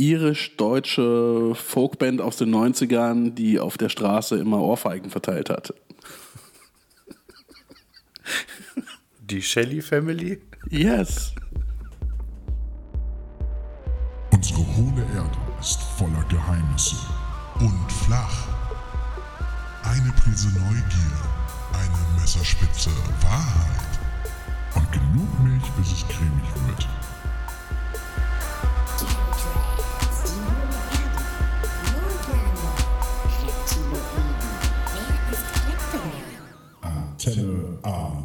irisch-deutsche Folkband aus den 90ern, die auf der Straße immer Ohrfeigen verteilt hat. Die Shelley Family? Yes. Unsere hohle Erde ist voller Geheimnisse und flach. Eine Prise Neugier, eine Messerspitze Wahrheit und genug Milch, bis es cremig wird. Antenne A.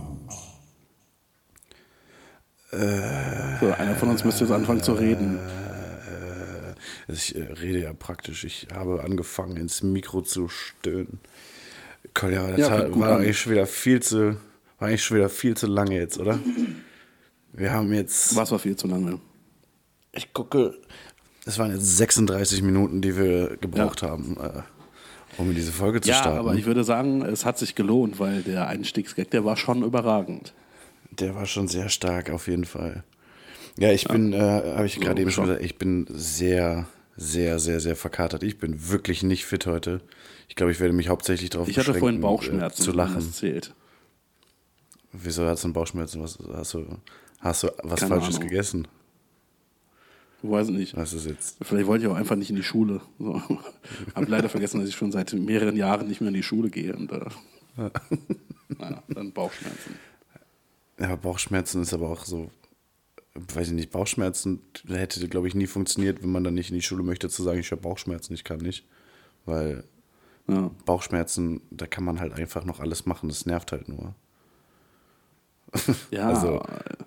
So, einer von uns müsste jetzt anfangen zu reden. Ich rede ja praktisch. Ich habe angefangen, ins Mikro zu stöhnen. Kolja, das war eigentlich schon wieder viel zu lange jetzt, oder? Wir haben jetzt... Was war viel zu lange? Ich gucke, es waren jetzt 36 Minuten, die wir gebraucht haben, um diese Folge zu starten. Ja, aber ich würde sagen, es hat sich gelohnt, weil der Einstiegsgag, der war schon überragend. Der war schon sehr stark, auf jeden Fall. Ja, ich bin, habe ich gerade eben schon gesagt, ich bin sehr, sehr, sehr, sehr verkatert. Ich bin wirklich nicht fit heute. Ich glaube, ich werde mich hauptsächlich darauf beschränken, ich hatte vorhin Bauchschmerzen, zu lachen. Das zählt. Wieso hast du Bauchschmerzen? Hast du was Keine Falsches Ahnung. gegessen? Ich weiß nicht. Was ist jetzt? Vielleicht wollte ich auch einfach nicht in die Schule. So. Habe leider vergessen, dass ich schon seit mehreren Jahren nicht mehr in die Schule gehe. Und naja, dann Bauchschmerzen. Ja, Bauchschmerzen ist aber auch so, weiß ich nicht, Bauchschmerzen hätte, glaube ich, nie funktioniert, wenn man dann nicht in die Schule möchte, zu sagen, ich habe Bauchschmerzen, ich kann nicht. Weil Bauchschmerzen, da kann man halt einfach noch alles machen, das nervt halt nur. Ja. Also,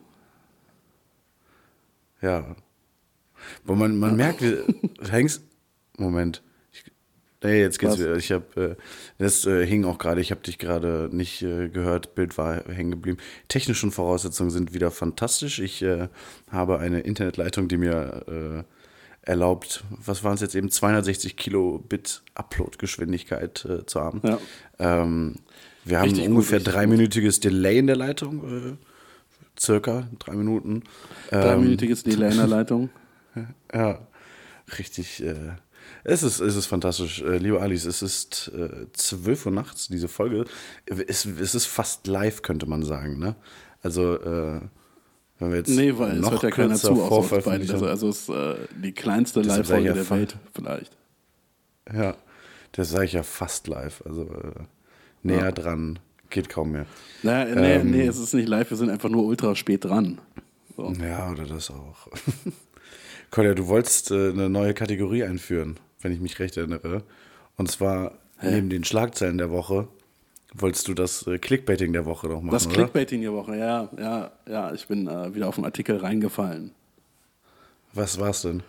ja. Aber man merkt, hängst. Moment. Jetzt geht's wieder. Das hing auch gerade. Ich habe dich gerade nicht gehört. Bild war hängen geblieben. Technische Voraussetzungen sind wieder fantastisch. Ich habe eine Internetleitung, die mir erlaubt, was waren es jetzt eben, 260 Kilobit Upload-Geschwindigkeit zu haben. Ja. Wir haben ungefähr 3-minütiges Delay in der Leitung. Circa 3 Minuten. 3-minütiges Delay in der Leitung. Ja, richtig. Es ist fantastisch. Liebe Alice, es ist 12 Uhr nachts, diese Folge. Es ist fast live, könnte man sagen. Ne? Also, wenn wir jetzt weil es hört ja keiner zu, außer uns beiden. Also es ist die kleinste Live-Folge der Welt vielleicht. Ja, das sage ich ja fast live. Also näher dran geht kaum mehr. Nee, es ist nicht live, wir sind einfach nur ultra spät dran. So. Ja, oder das auch. Kolja, du wolltest eine neue Kategorie einführen, wenn ich mich recht erinnere. Und zwar neben den Schlagzeilen der Woche wolltest du das Clickbaiting der Woche noch machen, Das oder? Clickbaiting der Woche, ja. Ich bin wieder auf den Artikel reingefallen. Was war's denn?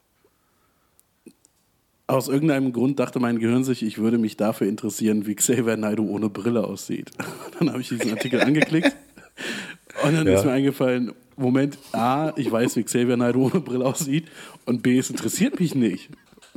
Aus irgendeinem Grund dachte mein Gehirn sich, ich würde mich dafür interessieren, wie Xavier Naidoo ohne Brille aussieht. Dann habe ich diesen Artikel angeklickt und dann ist mir eingefallen, Moment, A, ich weiß, wie Xavier Naidoo ohne Brille aussieht und B, es interessiert mich nicht.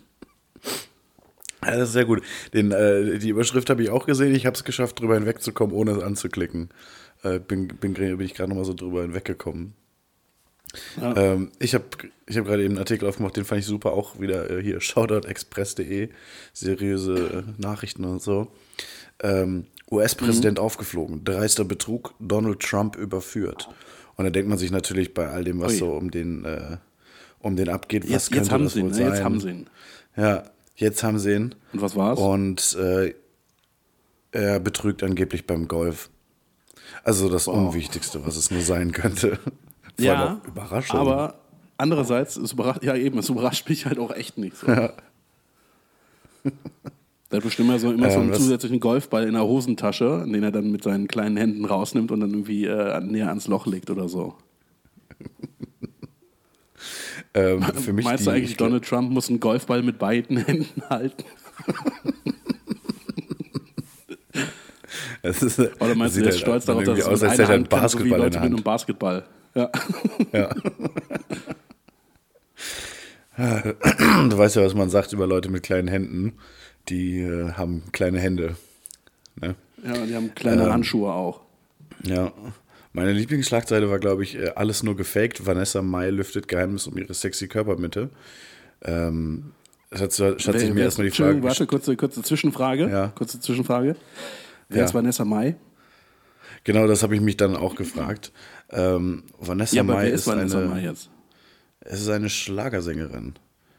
Ja, das ist sehr gut. Die Überschrift habe ich auch gesehen. Ich habe es geschafft, drüber hinwegzukommen, ohne es anzuklicken. Bin ich gerade nochmal so drüber hinweggekommen. Ja. Ich hab gerade eben einen Artikel aufgemacht, den fand ich super. Auch wieder hier, shoutoutexpress.de, seriöse Nachrichten und so. US-Präsident aufgeflogen, dreister Betrug, Donald Trump überführt. Und da denkt man sich natürlich bei all dem, was so um den abgeht, was könnte das wohl sein? Jetzt haben sie ihn. Ja, jetzt haben sie ihn. Und was war's? Und er betrügt angeblich beim Golf. Also das Unwichtigste, was es nur sein könnte. Ja, Überraschung. aber andererseits, es überrascht mich halt auch echt nicht. So. Ja. Der hat bestimmt immer so einen zusätzlichen Golfball in der Hosentasche, den er dann mit seinen kleinen Händen rausnimmt und dann irgendwie näher ans Loch legt oder so. Für mich Meinst du eigentlich, Donald Trump muss einen Golfball mit beiden Händen halten? Oder meinst du, der ist stolz darauf, dass es mit einer Hand kann, so wie Leute mit einem Basketball? Ja. Du weißt ja, was man sagt über Leute mit kleinen Händen. Die haben kleine Hände. Ne? Ja, die haben kleine Handschuhe auch. Ja. Meine Lieblingsschlagzeile war, glaube ich, alles nur gefaked. Vanessa Mai lüftet Geheimnis um ihre sexy Körpermitte. Statt sich mir erstmal die Frage... Warte, kurze Zwischenfrage. Ja. Kurze Zwischenfrage. Wer ist Vanessa Mai? Genau, das habe ich mich dann auch gefragt. Vanessa Mai ist Vanessa Mai jetzt? Es ist eine Schlagersängerin.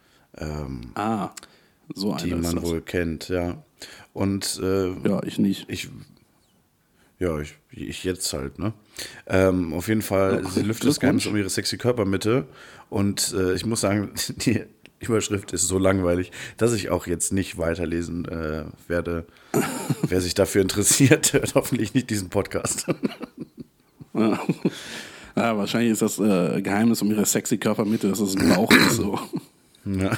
So eine die man wohl kennt, ja. Und ich nicht. Ich jetzt halt, ne? Auf jeden Fall, sie lüftet das Geheimnis um ihre sexy Körpermitte. Und ich muss sagen, die Überschrift ist so langweilig, dass ich auch jetzt nicht weiterlesen werde. Wer sich dafür interessiert, hört hoffentlich nicht diesen Podcast. Ja, wahrscheinlich ist das Geheimnis um ihre sexy Körpermitte, dass es ein Bauch ist. So. Ja.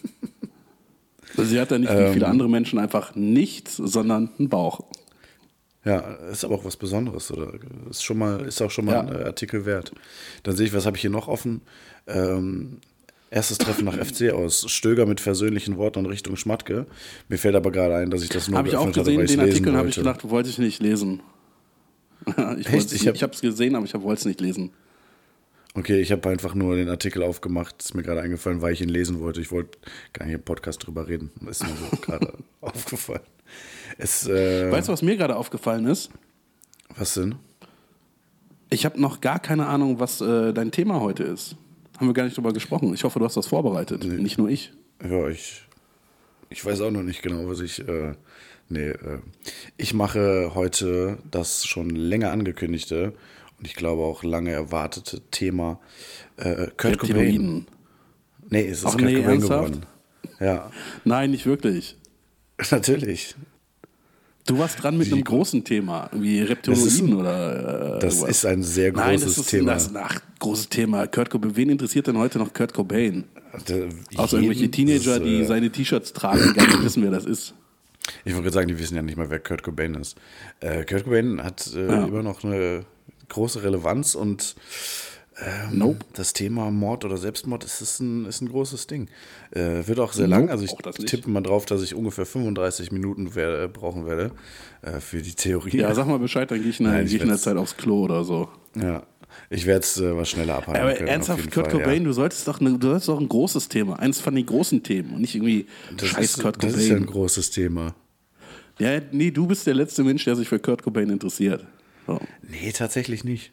Also sie hat ja nicht wie viele andere Menschen einfach nichts, sondern einen Bauch. Ja, ist aber auch was Besonderes, oder? Ist auch schon mal ein Artikel wert. Dann sehe ich, was habe ich hier noch offen? Erstes Treffen nach FC aus. Stöger mit versöhnlichen Worten in Richtung Schmatke. Mir fällt aber gerade ein, dass ich das nur geöffnet hatte, weil ich es lesen wollte. Habe ich auch gesehen, den Artikel, habe ich gedacht, wollte ich nicht lesen. Ich habe es gesehen, aber ich wollte es nicht lesen. Okay, ich habe einfach nur den Artikel aufgemacht. Ist mir gerade eingefallen, weil ich ihn lesen wollte. Ich wollte gar nicht im Podcast drüber reden. Ist mir so gerade aufgefallen. Weißt du, was mir gerade aufgefallen ist? Was denn? Ich habe noch gar keine Ahnung, was dein Thema heute ist. Haben wir gar nicht drüber gesprochen. Ich hoffe, du hast das vorbereitet. Nee. Nicht nur ich. Ja, ich weiß auch noch nicht genau, was ich... ich mache heute das schon länger angekündigte und ich glaube auch lange erwartete Thema Kurt Cobain. Nee, es ist Kurt Cobain geworden. Ja. Nein, nicht wirklich. Natürlich. Du warst dran mit einem großen Thema, wie Reptiloiden oder das was. Ist ein sehr großes Thema. Das ist ein großes Thema. Kurt Cobain. Wen interessiert denn heute noch Kurt Cobain? Außer irgendwelche Teenager, die seine T-Shirts tragen, gar nicht wissen, wer das ist. Ich wollte gerade sagen, die wissen ja nicht mal, wer Kurt Cobain ist. Kurt Cobain hat immer noch eine große Relevanz und das Thema Mord oder Selbstmord ist ein großes Ding. Wird auch sehr lang, also ich tippe mal drauf, dass ich ungefähr 35 Minuten brauchen werde für die Theorie. Ja, sag mal Bescheid, dann gehe ich in der Zeit aufs Klo oder so. Ja, ich werde es was schneller abhalten aber können. Ernsthaft, Kurt Cobain, du solltest doch ein großes Thema, eins von den großen Themen und nicht irgendwie Kurt Cobain. Das ist ja ein großes Thema. Ja, nee, du bist der letzte Mensch, der sich für Kurt Cobain interessiert. So. Nee, tatsächlich nicht.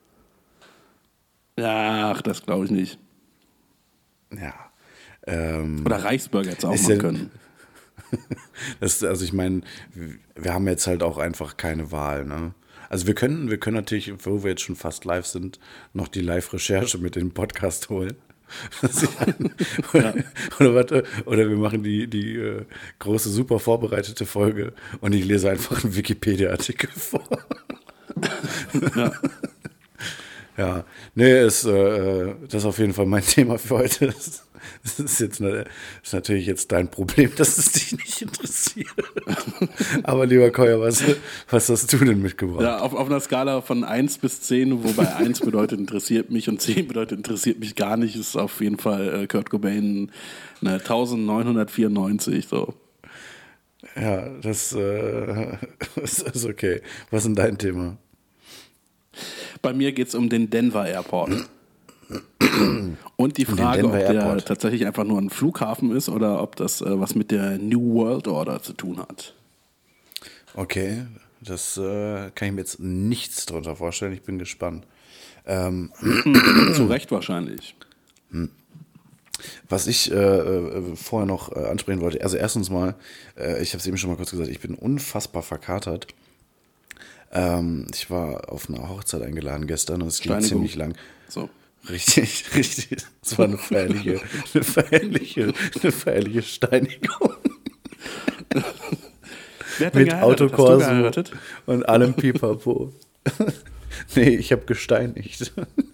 Ach, das glaube ich nicht. Ja. Oder Reichsbürger jetzt auch mal können. Also ich meine, wir haben jetzt halt auch einfach keine Wahl, ne? Also wir können natürlich, wo wir jetzt schon fast live sind, noch die Live-Recherche mit dem Podcast holen. Oder wir machen die große, super vorbereitete Folge und ich lese einfach einen Wikipedia-Artikel vor. Ja. Ja, nee, das ist auf jeden Fall mein Thema für heute. Das ist natürlich jetzt dein Problem, dass es dich nicht interessiert. Aber lieber Koya, was hast du denn mitgebracht? Ja, auf einer Skala von 1 bis 10, wobei 1 bedeutet interessiert mich und 10 bedeutet interessiert mich gar nicht, ist auf jeden Fall Kurt Cobain eine 1994. So. Ja, das ist okay. Was ist denn dein Thema? Bei mir geht es um den Denver Airport. Und die Frage, ob der tatsächlich einfach nur ein Flughafen ist oder ob das was mit der New World Order zu tun hat. Okay, das kann ich mir jetzt nichts darunter vorstellen. Ich bin gespannt. Zu Recht wahrscheinlich. Was ich vorher noch ansprechen wollte, also erstens mal, ich habe es eben schon mal kurz gesagt, ich bin unfassbar verkatert. Ich war auf einer Hochzeit eingeladen gestern und es ging ziemlich lang. So. Richtig. Es war eine feierliche Steinigung. Wer hat mit Autokorso und allem Pipapo. Nee, ich habe gesteinigt.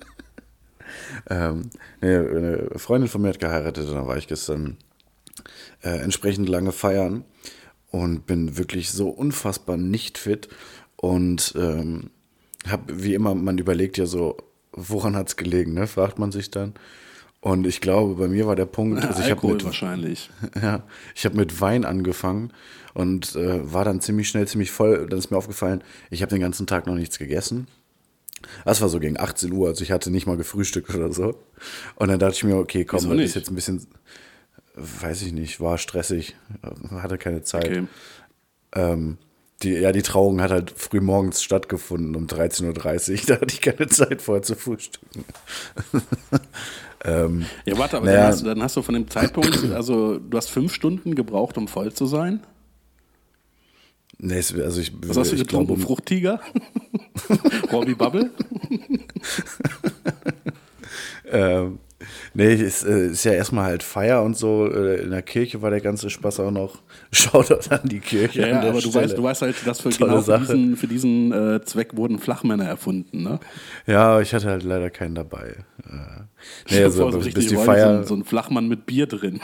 Eine Freundin von mir hat geheiratet und da war ich gestern entsprechend lange feiern und bin wirklich so unfassbar nicht fit und habe, wie immer, man überlegt ja so, woran hat es gelegen, ne? Fragt man sich dann. Und ich glaube, bei mir war der Punkt, also Alkohol wahrscheinlich. Ja, ich habe mit Wein angefangen und war dann ziemlich schnell ziemlich voll. Dann ist mir aufgefallen, ich habe den ganzen Tag noch nichts gegessen. Das war so gegen 18 Uhr, also ich hatte nicht mal gefrühstückt oder so. Und dann dachte ich mir, okay, komm, das ist jetzt ein bisschen... weiß ich nicht, war stressig, hatte keine Zeit. Okay. Die Trauung hat halt früh morgens stattgefunden um 13:30 Uhr. Da hatte ich keine Zeit vorher zu frühstücken. Ja, warte, aber dann hast du von dem Zeitpunkt, also du hast 5 Stunden gebraucht, um voll zu sein? Nee, also was hast du getrunken? Fruchttiger? Robbie Bubble? Nee, ist ja erstmal halt Feier und so. In der Kirche war der ganze Spaß auch noch. Shoutout an die Kirche. Ja, aber du weißt halt, dass für diesen Zweck wurden Flachmänner erfunden, ne? Ja, ich hatte halt leider keinen dabei. Nee, also so bis die Feier. So ein Flachmann mit Bier drin.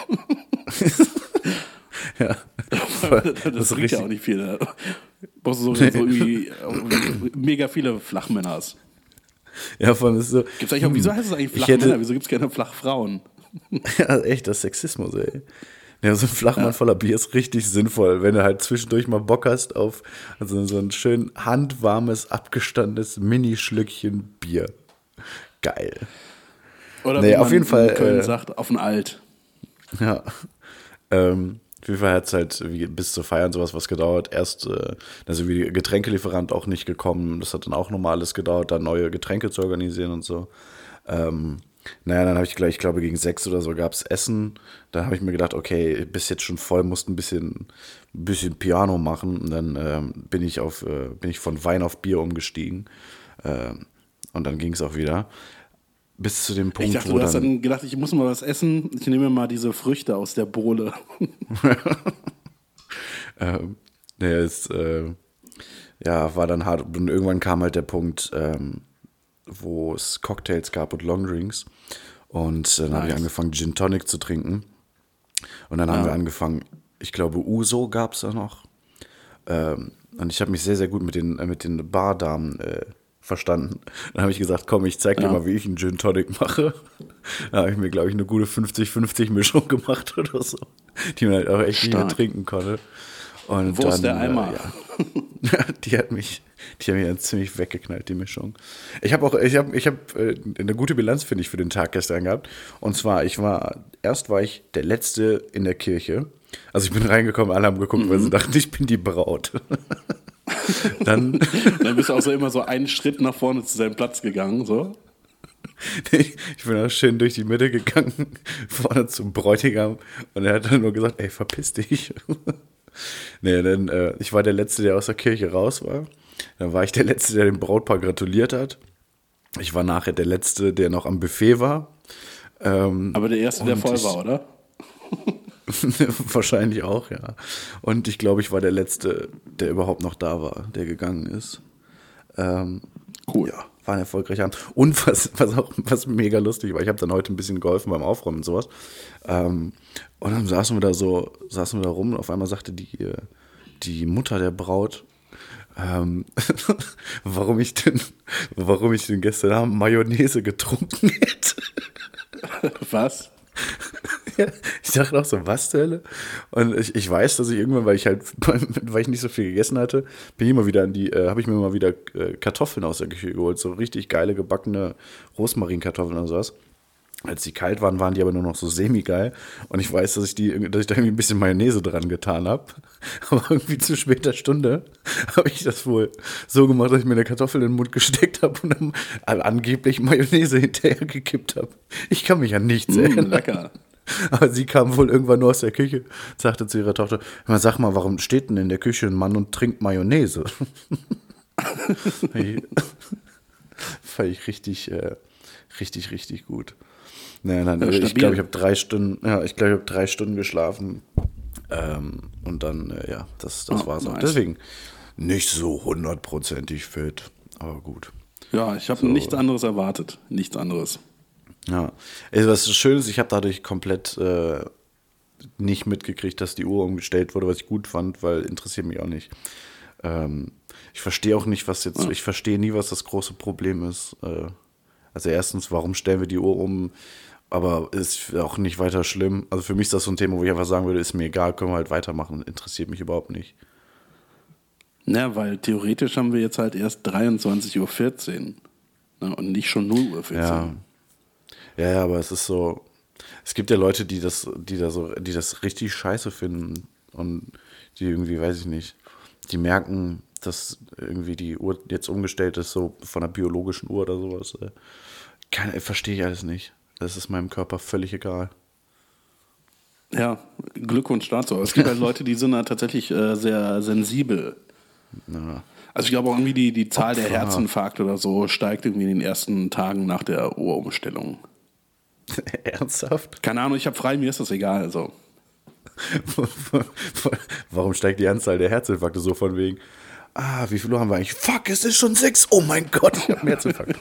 Ja. Das bringt ja auch nicht viel. Da brauchst du so irgendwie mega viele Flachmänner hast. Ja, vor allem ist so. Gibt's eigentlich auch, wieso heißt es eigentlich Flachmänner? Wieso gibt es keine Flachfrauen? Ja, echt, das Sexismus, ey. Ja, so ein Flachmann voller Bier ist richtig sinnvoll, wenn du halt zwischendurch mal Bock hast auf so ein schön handwarmes, abgestandenes Mini-Schlückchen Bier. Geil. Oder wie man auf jeden Fall in Köln sagt, auf ein Alt. Ja. Auf jeden Fall hat es halt bis zur Feier und sowas was gedauert. Erst, also wie Getränkelieferant auch nicht gekommen. Das hat dann auch nochmal alles gedauert, da neue Getränke zu organisieren und so. Dann habe ich gleich, ich glaube gegen 6 oder so gab es Essen. Da habe ich mir gedacht, okay, bist jetzt schon voll, musst ein bisschen Piano machen. Und dann bin ich von Wein auf Bier umgestiegen. Und dann ging es auch wieder. Bis zu dem Punkt, du hast dann gedacht, ich muss mal was essen. Ich nehme mal diese Früchte aus der Bohle. War dann hart. Und irgendwann kam halt der Punkt, wo es Cocktails gab und Longdrinks. Und dann habe ich angefangen, Gin Tonic zu trinken. Und dann haben wir angefangen, ich glaube, Uso gab es da noch. Und ich habe mich sehr, sehr gut mit den Bardamen verstanden. Dann habe ich gesagt, komm, ich zeig dir mal, wie ich einen Gin Tonic mache. Da habe ich mir, glaube ich, eine gute 50-50 Mischung gemacht oder so, die man halt auch echt nicht mehr trinken konnte. Und wo ist der Eimer? Die hat mich dann ziemlich weggeknallt, die Mischung. Ich habe eine gute Bilanz, finde ich, für den Tag gestern gehabt. Und zwar, erst war ich der Letzte in der Kirche. Also ich bin reingekommen, alle haben geguckt, weil sie dachten, ich bin die Braut. Dann bist du auch so immer so einen Schritt nach vorne zu seinem Platz gegangen, so. Ich bin auch schön durch die Mitte gegangen, vorne zum Bräutigam, und er hat dann nur gesagt, ey, verpiss dich. Ich war der Letzte, der aus der Kirche raus war. Dann war ich der Letzte, der dem Brautpaar gratuliert hat. Ich war nachher der Letzte, der noch am Buffet war. Aber der Erste, der voll war, oder? Wahrscheinlich auch, ja. Und ich glaube, ich war der Letzte, der überhaupt noch da war, der gegangen ist. Cool. Ja, war ein erfolgreicher Abend. Und was mega lustig war, ich habe dann heute ein bisschen geholfen beim Aufräumen und sowas. Und dann saßen wir da rum, und auf einmal sagte die Mutter der Braut, warum ich denn gestern Abend Mayonnaise getrunken hätte. Was? Ja, ich dachte auch so, was zur Hölle? Und ich weiß, dass ich irgendwann, weil ich nicht so viel gegessen hatte, habe ich mir mal wieder Kartoffeln aus der Küche geholt, so richtig geile gebackene Rosmarinkartoffeln oder sowas. Als die kalt waren, waren die aber nur noch so semi-geil. Und ich weiß, dass ich da irgendwie ein bisschen Mayonnaise dran getan habe. Aber irgendwie zu später Stunde habe ich das wohl so gemacht, dass ich mir eine Kartoffel in den Mund gesteckt habe und dann angeblich Mayonnaise hinterher gekippt habe. Ich kann mich an nichts erinnern. Lecker. Aber sie kam wohl irgendwann nur aus der Küche, sagte zu ihrer Tochter, sag mal, warum steht denn in der Küche ein Mann und trinkt Mayonnaise? Fand ich richtig gut. Ich glaube, ich habe 3 Stunden, ich habe 3 Stunden geschlafen. Und dann, das war's auch. Nice. Deswegen nicht so 100%ig fit, aber gut. Ja, ich habe nichts anderes erwartet. Nichts anderes. Ja, was schön ist, ich habe dadurch komplett nicht mitgekriegt, dass die Uhr umgestellt wurde, was ich gut fand, weil interessiert mich auch nicht. Ich verstehe auch nicht, ich verstehe nie, was das große Problem ist. Also erstens, warum stellen wir die Uhr um? Aber ist auch nicht weiter schlimm. Also für mich ist das so ein Thema, wo ich einfach sagen würde, ist mir egal, können wir halt weitermachen. Interessiert mich überhaupt nicht. Ja, weil theoretisch haben wir jetzt halt erst 23:14 Uhr. Und nicht schon 0:14 Uhr. Ja, aber es ist so, Es gibt ja Leute, die das richtig scheiße finden und die irgendwie, weiß ich nicht, die merken, dass irgendwie die Uhr jetzt umgestellt ist, so von der biologischen Uhr oder sowas. Verstehe ich alles nicht. Das ist meinem Körper völlig egal. Ja, Glückwunsch dazu. Es gibt halt Leute, die sind da tatsächlich sehr sensibel. Ja. Also ich glaube auch irgendwie die Zahl der Herzinfarkte oder so steigt irgendwie in den ersten Tagen nach der Uhrumstellung. Ernsthaft? Keine Ahnung, ich habe frei, mir ist das egal. Also. Warum steigt die Anzahl der Herzinfarkte so von wegen? Wie viel Uhr haben wir eigentlich? Fuck, es ist schon 6. Oh mein Gott, ich habe einen Herzinfarkt.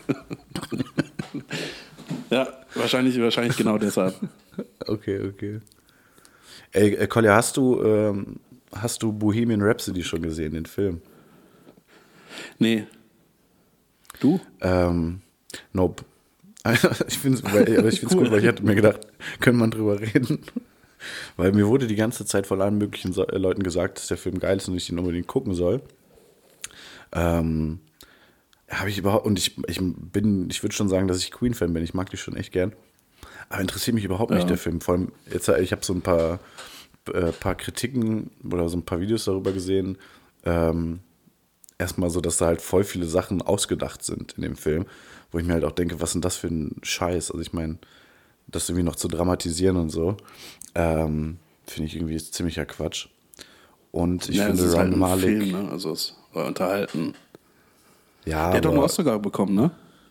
Ja, wahrscheinlich genau deshalb. Okay. Ey, Kolja, hast du Bohemian Rhapsody schon gesehen, den Film? Nee. Du? Nope. Ich finde es cool, weil ich hatte mir gedacht, können wir drüber reden. Weil mir wurde die ganze Zeit von allen möglichen Leuten gesagt, dass der Film geil ist und ich ihn unbedingt gucken soll. Habe ich überhaupt, und ich würde schon sagen, dass ich Queen-Fan bin, ich mag die schon echt gern. Aber interessiert mich überhaupt nicht der Film. Vor allem, jetzt, ich habe so ein paar Kritiken oder so ein paar Videos darüber gesehen. Erstmal so, dass da halt voll viele Sachen ausgedacht sind in dem Film, wo ich mir halt auch denke, was ist denn das für ein Scheiß? Also ich meine, das irgendwie noch zu dramatisieren und so, finde ich irgendwie ziemlicher Quatsch. Und ich finde Rami Malek... Film, ne? Also es war unterhalten. Ja, der hat doch einen Oscar bekommen, ne?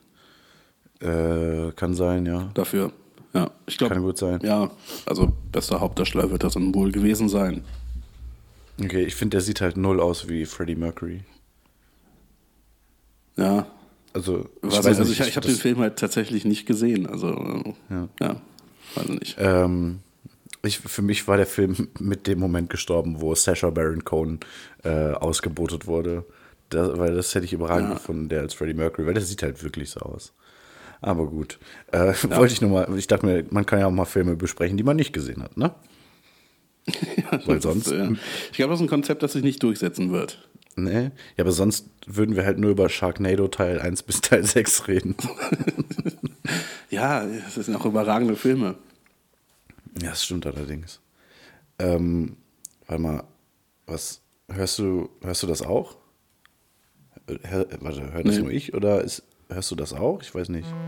Kann sein, ja. Dafür. Ja, ich glaube. Kann gut sein. Ja, also bester Hauptdarsteller wird das dann wohl gewesen sein. Okay, ich finde, der sieht halt null aus wie Freddie Mercury. Ja. Also, ich habe den Film halt tatsächlich nicht gesehen. Also, ja weiß nicht. Für mich war der Film mit dem Moment gestorben, wo Sacha Baron Cohen ausgebotet wurde. Weil das hätte ich überragend gefunden, der als Freddie Mercury, weil der sieht halt wirklich so aus. Aber gut. Wollte ich nur mal, ich dachte mir, man kann ja auch mal Filme besprechen, die man nicht gesehen hat, ne? Weil sonst. Ich glaube, das ist ein Konzept, das sich nicht durchsetzen wird. Nee. Ja, aber sonst würden wir halt nur über Sharknado Teil 1 bis Teil 6 reden. Ja, das sind auch überragende Filme. Ja, das stimmt allerdings. Warte mal, was hörst du das auch? Hört das nur ich oder hörst du das auch? Ich weiß nicht.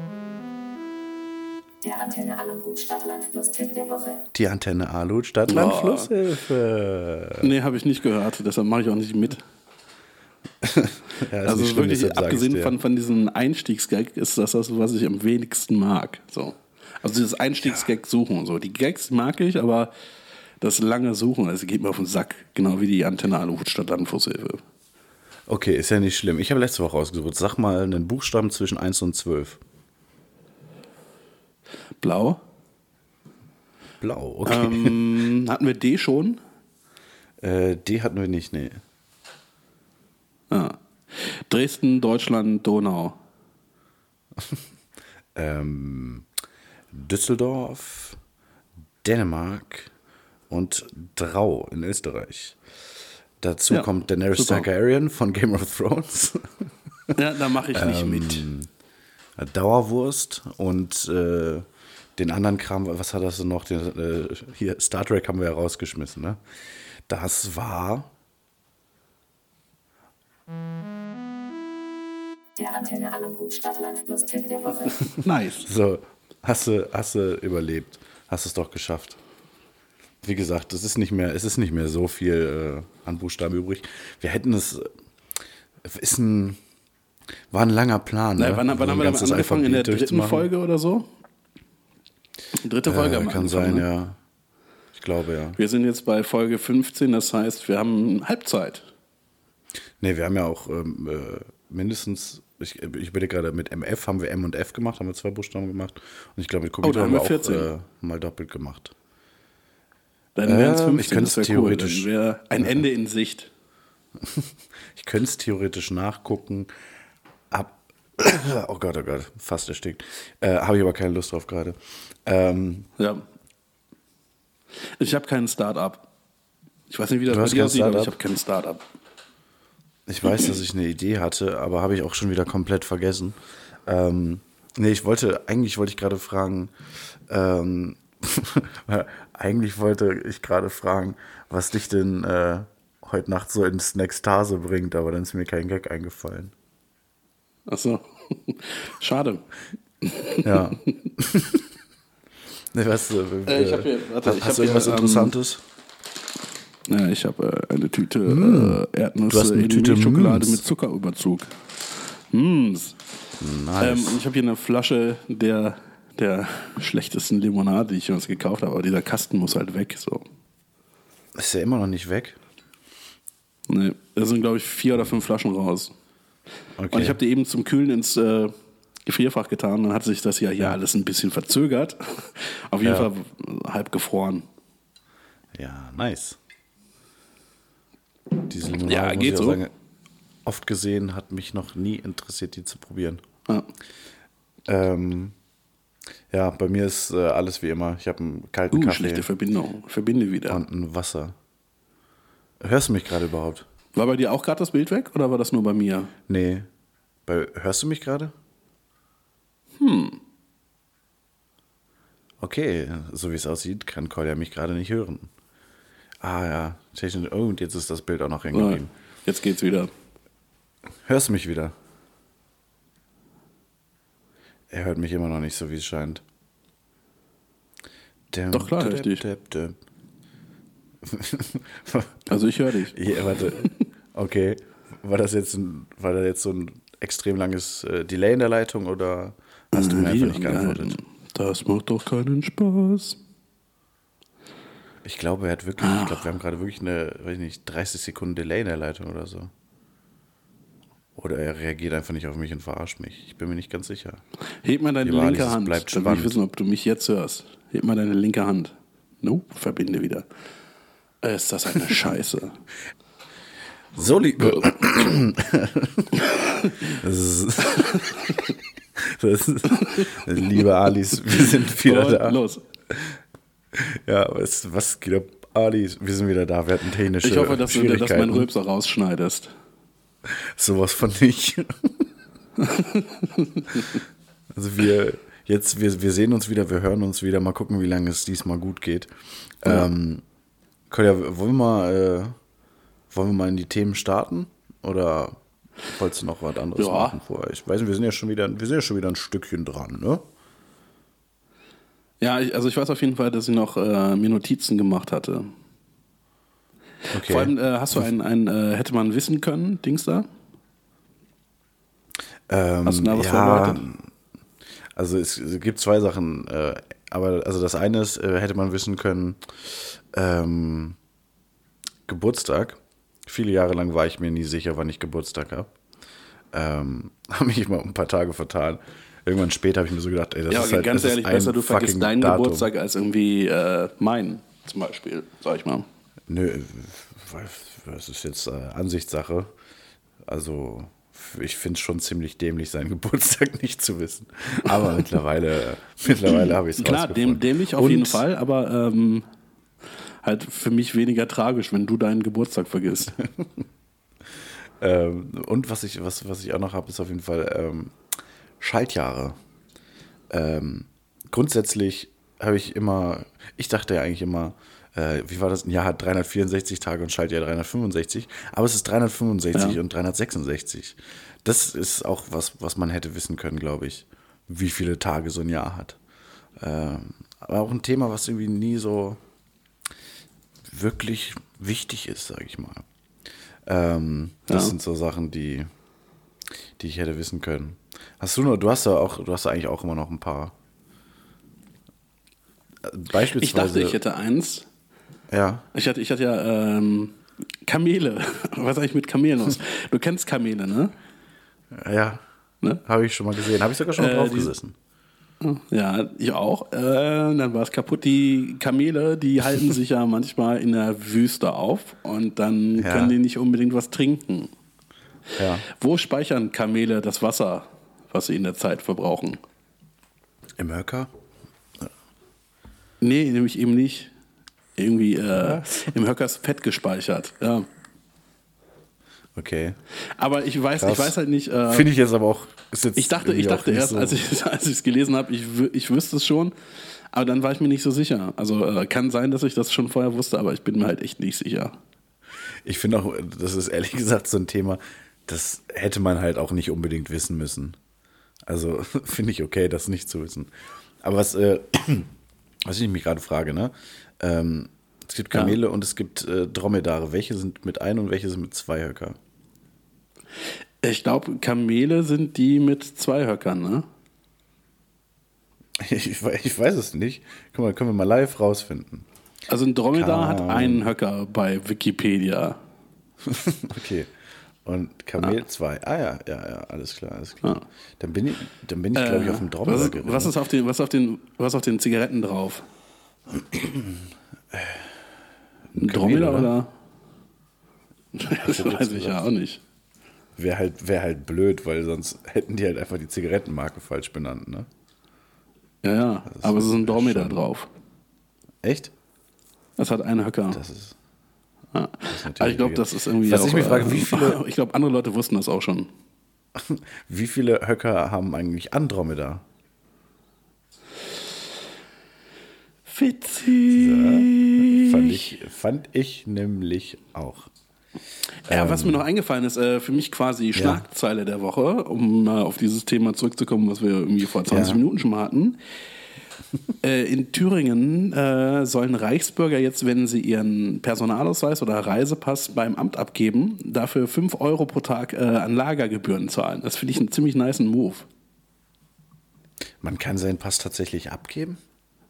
Der Antenne Aluhut Stadtland Flusshilfe der Woche. Die Antenne Aluhut Stadtland Flusshilfe. Nee, habe ich nicht gehört, deshalb mache ich auch nicht mit. Ja, also schlimm, wirklich, abgesehen von diesem Einstiegsgag ist das, was ich am wenigsten mag. So. Also dieses Einstiegsgag suchen und so. Die Gags mag ich, aber das lange Suchen, das geht mir auf den Sack. Genau wie die Antenne Aluhut Stadtland Flusshilfe. Okay, ist ja nicht schlimm. Ich habe letzte Woche rausgesucht. Sag mal einen Buchstaben zwischen 1 und 12. Blau. Blau, okay. Hatten wir D schon? D hatten wir nicht, nee. Dresden, Deutschland, Donau. Düsseldorf, Dänemark und Drau in Österreich. Dazu kommt Daenerys Targaryen von Game of Thrones. Ja, da mache ich nicht mit. Dauerwurst und den anderen Kram, was hat das denn noch? Hier, Star Trek haben wir ja rausgeschmissen, ne? Das war... Der Antenne Aluhut Stadtland Flusshilfe der Woche. Nice. So, hast du überlebt. Hast es doch geschafft. Wie gesagt, es ist nicht mehr so viel an Buchstaben übrig. Wir hätten war ein langer Plan. Na, ne? wann haben wir damit angefangen? In der dritten Folge oder so? Dritte Folge haben wir kann sein, ne? Ja. Ich glaube, ja. Wir sind jetzt bei Folge 15, das heißt, wir haben Halbzeit. Nee, wir haben ja auch mindestens, ich überlege gerade, mit MF haben wir M und F gemacht, haben wir 2 Buchstaben gemacht. Und ich glaube, mit Kogito haben wir 14. Auch mal doppelt gemacht. Dann wären es 15, ich könnte es theoretisch. Cool. Dann wäre ein Ende in Sicht. Ich könnte es theoretisch nachgucken. Oh Gott, fast erstickt. Habe ich aber keine Lust drauf gerade. Ja. Ich habe kein Start-up. Ich weiß nicht, wie das bei dir aussieht, aber ich habe kein Start-up. Ich weiß, dass ich eine Idee hatte, aber habe ich auch schon wieder komplett vergessen. Eigentlich wollte ich gerade fragen, Eigentlich wollte ich gerade fragen, was dich denn heute Nacht so in Snackstase bringt, aber dann ist mir kein Gag eingefallen. Achso. Schade. Ja. Nee, was, Ich hab hier, warte, ich hast hab du irgendwas hier, Interessantes? Ja, ich habe eine Tüte Du Erdnüsse hast eine in Tüte Milchschokolade Mms. mit Zuckerüberzug. Mms. Nice. Ich habe hier eine Flasche der schlechtesten Limonade, die ich jemals gekauft habe, aber dieser Kasten muss halt weg. So. Ist der immer noch nicht weg? Nee, da sind, glaube ich, 4 oder 5 Flaschen raus. Okay. Und ich habe die eben zum Kühlen ins Gefrierfach getan. Dann hat sich das ja hier alles ein bisschen verzögert. Auf jeden Fall halb gefroren. Ja, nice. Diese Limonade, Ja, muss geht ich auch so. sagen, oft gesehen, hat mich noch nie interessiert, die zu probieren. Ja. Ja, bei mir ist alles wie immer. Ich habe einen kalten Kaffee Schlechte Verbindung. Verbinde wieder. und ein Wasser. Hörst du mich gerade überhaupt? War bei dir auch gerade das Bild weg oder war das nur bei mir? Nee. Hörst du mich gerade? Okay, so wie es aussieht, kann Kolja mich gerade nicht hören. Ah ja, technisch. Oh, und jetzt ist das Bild auch noch hängen Ja, geblieben. jetzt geht's wieder. Hörst du mich wieder? Er hört mich immer noch nicht so, wie es scheint. Doch, klar hör ich dich. Also ich höre dich. Ja, warte. Okay. War da jetzt so ein extrem langes Delay in der Leitung oder hast du mir einfach nicht geantwortet? Das macht doch keinen Spaß. Ich glaube, wir haben gerade wirklich eine, weiß ich nicht, 30 Sekunden Delay in der Leitung oder so. Oder er reagiert einfach nicht auf mich und verarscht mich. Ich bin mir nicht ganz sicher. Heb mal deine Lieber linke Alice, es Hand. bleibt Dann will ich spannend. wissen, ob du mich jetzt hörst. Heb mal deine linke Hand. No, verbinde wieder. Ist das eine Scheiße. So, liebe Alice, wir sind wieder Und da. los. Ja, was geht ab, Alice? Wir sind wieder da. Wir hatten technische Ich hoffe, dass du Schwierigkeiten. meinen Rülpser rausschneidest. Sowas von nicht. Also wir sehen uns wieder, wir hören uns wieder. Mal gucken, wie lange es diesmal gut geht. Ja. Kolja, wollen wir mal in die Themen starten? Oder wolltest du noch was anderes Ja. machen vorher? Ich weiß nicht, wir sind ja schon wieder ein Stückchen dran, ne? Ja, ich weiß auf jeden Fall, dass ich noch mir Notizen gemacht hatte. Okay. Vor allem hast du ein hätte man wissen können, Dings da? Hast du da was vorbereitet? Also es gibt zwei Sachen, aber also das eine ist, hätte man wissen können, Geburtstag. Viele Jahre lang war ich mir nie sicher, wann ich Geburtstag habe. Habe mich immer ein paar Tage vertan. Irgendwann später habe ich mir so gedacht, ey, das Ja, ist halt ganz das ehrlich, ist ein besser du vergisst fucking deinen Datum. Geburtstag als irgendwie meinen, zum Beispiel, sag ich mal. Nö, das ist jetzt Ansichtssache. Also ich finde es schon ziemlich dämlich, seinen Geburtstag nicht zu wissen. Aber mittlerweile habe ich es Klar, rausgefunden. dämlich auf jeden Fall, aber halt für mich weniger tragisch, wenn du deinen Geburtstag vergisst. Und was ich auch noch habe, ist auf jeden Fall Schaltjahre. Grundsätzlich ich dachte ja eigentlich immer, wie war das? Ein Jahr hat 364 Tage und Schaltjahr 365, aber es ist 365 und 366. Das ist auch was man hätte wissen können, glaube ich, wie viele Tage so ein Jahr hat. Aber auch ein Thema, was irgendwie nie so wirklich wichtig ist, sage ich mal. Das sind so Sachen, die ich hätte wissen können. Du hast ja eigentlich auch immer noch ein paar. Beispielsweise. Ich dachte, ich hätte eins. Ja. Ich hatte ja Kamele. Was eigentlich mit Kamelen aus? Du kennst Kamele, ne? Ja. Ne? Habe ich schon mal gesehen. Habe ich sogar schon mal drauf gesessen. Ja, ich auch. Dann war es kaputt. Die Kamele, die halten sich ja manchmal in der Wüste auf und dann können die nicht unbedingt was trinken. Ja. Wo speichern Kamele das Wasser, was sie in der Zeit verbrauchen? Im Höcker? Nee, nämlich eben nicht. Irgendwie im Höckers Fett gespeichert. Ja. Okay. Aber ich weiß halt nicht. Finde ich jetzt aber auch. Ist jetzt ich dachte irgendwie auch nicht erst, so. als ich es gelesen habe, ich wüsste es schon. Aber dann war ich mir nicht so sicher. Also kann sein, dass ich das schon vorher wusste, aber ich bin mir halt echt nicht sicher. Ich finde auch, das ist ehrlich gesagt so ein Thema, das hätte man halt auch nicht unbedingt wissen müssen. Also finde ich okay, das nicht zu wissen. Aber was ich mich gerade frage, ne? Es gibt Kamele und es gibt Dromedare. Welche sind mit ein und welche sind mit zwei Höcker? Ich glaube, Kamele sind die mit 2 Höckern, ne? Ich weiß es nicht. Können wir mal live rausfinden. Also ein Dromedar hat einen Höcker bei Wikipedia. Okay. Und Kamel 2. Ja, alles klar. Dann bin ich glaube ich, auf dem Dromedar geritten. Was ist auf den Zigaretten drauf? Ein Dromedar oder? Das weiß ich ja auch nicht. Wäre halt blöd, weil sonst hätten die halt einfach die Zigarettenmarke falsch benannt, ne? Ja, aber es ist ein Dromedar drauf. Echt? Das hat einen Höcker. Das ist Aber ich glaube, das ist irgendwie. Was ich mich frage, wie viele. Ich glaube, andere Leute wussten das auch schon. Wie viele Höcker haben eigentlich Andromeda? Witzig. Fand ich nämlich auch. Ja, was mir noch eingefallen ist, für mich quasi Schlagzeile der Woche, um mal auf dieses Thema zurückzukommen, was wir irgendwie vor 20 Minuten schon mal hatten. In Thüringen sollen Reichsbürger jetzt, wenn sie ihren Personalausweis oder Reisepass beim Amt abgeben, dafür 5 € pro Tag an Lagergebühren zahlen. Das finde ich einen ziemlich nicen Move. Man kann seinen Pass tatsächlich abgeben?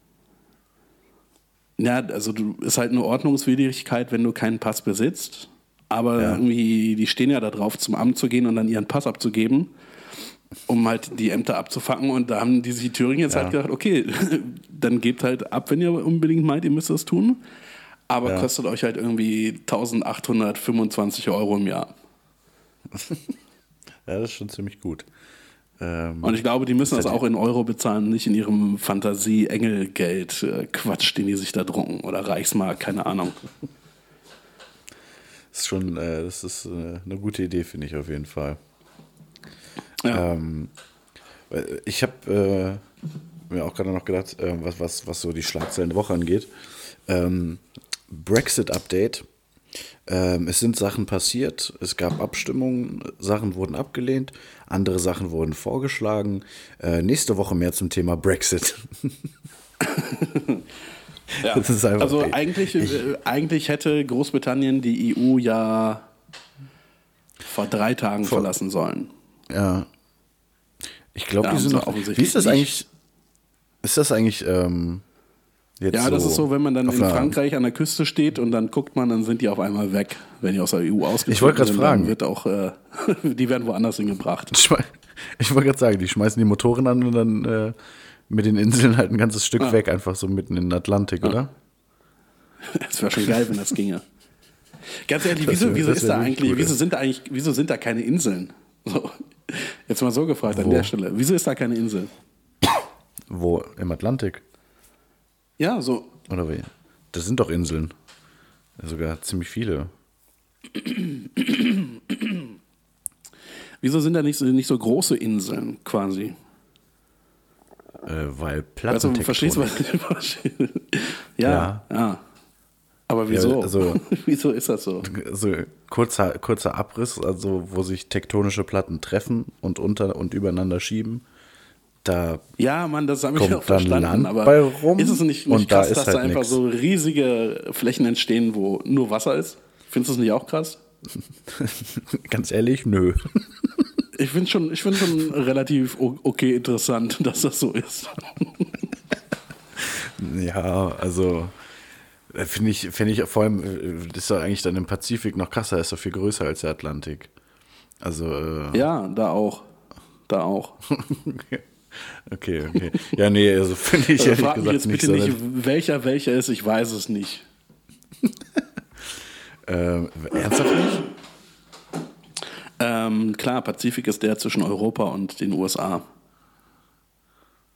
Ja, also ist halt eine Ordnungswidrigkeit, wenn du keinen Pass besitzt. Aber irgendwie, die stehen ja da drauf, zum Amt zu gehen und dann ihren Pass abzugeben, um halt die Ämter abzufacken. Und da haben die Thüringen jetzt halt gedacht, okay, dann gebt halt ab, wenn ihr unbedingt meint, ihr müsst das tun. Aber kostet euch halt irgendwie 1.825 € im Jahr. Ja, das ist schon ziemlich gut. Und ich glaube, die müssen das auch in Euro bezahlen, nicht in ihrem Fantasie-Engelgeld-Quatsch, den die sich da drucken. Oder Reichsmark, keine Ahnung. Das ist eine gute Idee, finde ich auf jeden Fall. Ja. Ich habe mir auch gerade noch gedacht, was so die Schlagzeilen der Woche angeht. Brexit-Update. Es sind Sachen passiert, es gab Abstimmungen, Sachen wurden abgelehnt, andere Sachen wurden vorgeschlagen. Nächste Woche mehr zum Thema Brexit. Ja. Das ist einfach, also eigentlich hätte Großbritannien die EU ja vor 3 Tagen verlassen sollen. Ja. Ich glaube, die sind noch. offensichtlich. Wie ist das eigentlich? Ist das eigentlich jetzt Ja, das ist so, wenn man dann in einer- Frankreich an der Küste steht und dann guckt man, dann sind die auf einmal weg, wenn die aus der EU ausgetreten Ich wollte gerade sind. fragen. Dann wird auch, die werden woanders hingebracht. Ich wollte gerade sagen, die schmeißen die Motoren an und dann mit den Inseln halt ein ganzes Stück weg, einfach so mitten in den Atlantik, oder? Das wäre schon geil, wenn das ginge. Ganz ehrlich, Das wieso wär ist da wirklich eigentlich, gut, wieso sind da keine Inseln? So. Jetzt mal so gefragt an der Stelle. Wieso ist da keine Insel? Wo? Im Atlantik? Ja, so. Oder wie? Das sind doch Inseln. Sogar ziemlich viele. Wieso sind da nicht so große Inseln quasi? Weil Also, Plattentektonik. verstehst du, was ich verstehe? Ja. Aber wieso? Ja, also- Wieso ist das so? Also kurzer Abriss, also wo sich tektonische Platten treffen und unter und übereinander schieben. Da Ja, Mann, das habe ich kommt auch verstanden. dann Land aber bei rum ist es nicht und da krass, ist dass halt da einfach nix. so riesige Flächen entstehen, wo nur Wasser ist? Findest du es nicht auch krass? Ganz ehrlich, nö. Ich finde schon relativ okay interessant, dass das so ist. Ja, also finde ich vor allem, das ist doch eigentlich dann im Pazifik noch krasser, ist doch viel größer als der Atlantik. Also Ja, da auch. Okay. Ja, nee, also finde ich ehrlich Frag mich gesagt jetzt nicht bitte so. nicht, welcher ist, ich weiß es nicht. Ernsthaft nicht? Klar, Pazifik ist der zwischen Europa und den USA.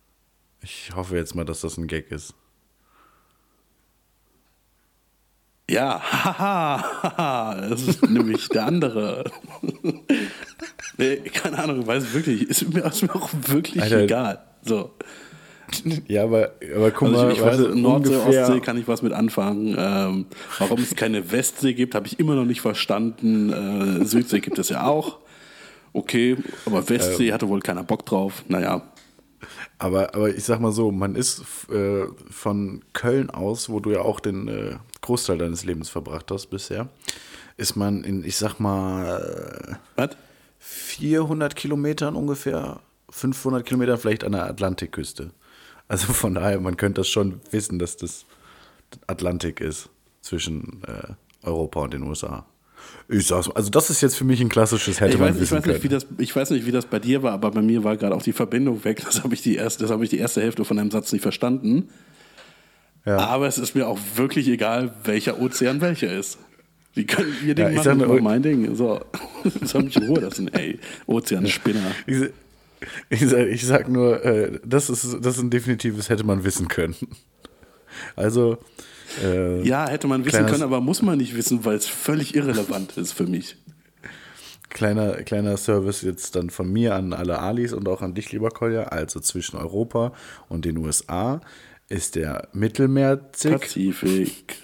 Ich hoffe jetzt mal, dass das ein Gag ist. Ja, haha, das ist nämlich der andere. Nee, keine Ahnung, weiß wirklich, ist mir auch wirklich Alter. egal. So. Ja, aber guck Also mal, ich weiß, weißt du, Nordsee, ungefähr- Ostsee kann ich was mit anfangen. Warum es keine Westsee gibt, habe ich immer noch nicht verstanden. Südsee gibt es ja auch. Okay, aber Westsee hatte wohl keiner Bock drauf. Naja. Aber ich sag mal so, man ist von Köln aus, wo du ja auch den Großteil deines Lebens verbracht hast bisher, ist man in, ich sag mal, Was? 400 Kilometern ungefähr, 500 Kilometer vielleicht an der Atlantikküste. Also von daher, man könnte das schon wissen, dass das Atlantik ist zwischen Europa und den USA. Ich sag's, also das ist jetzt für mich ein klassisches hätte man wissen können. Ich weiß nicht, wie das bei dir war, aber bei mir war gerade auch die Verbindung weg. Das habe ich die erste Hälfte von deinem Satz nicht verstanden. Ja. Aber es ist mir auch wirklich egal, welcher Ozean welcher ist. Die können ihr Ding Ja, ich machen, sag ich nur- mach mein Ding. So, das soll mich in Ruhe lassen. Ey, Ozeanspinner. Ich sag nur, das ist ein definitives hätte man wissen können. Also Ja, hätte man wissen können, aber muss man nicht wissen, weil es völlig irrelevant ist für mich. kleiner Service jetzt dann von mir an alle Alis und auch an dich, lieber Kolja. Also zwischen Europa und den USA ist der Mittelmeerzig Pazifik.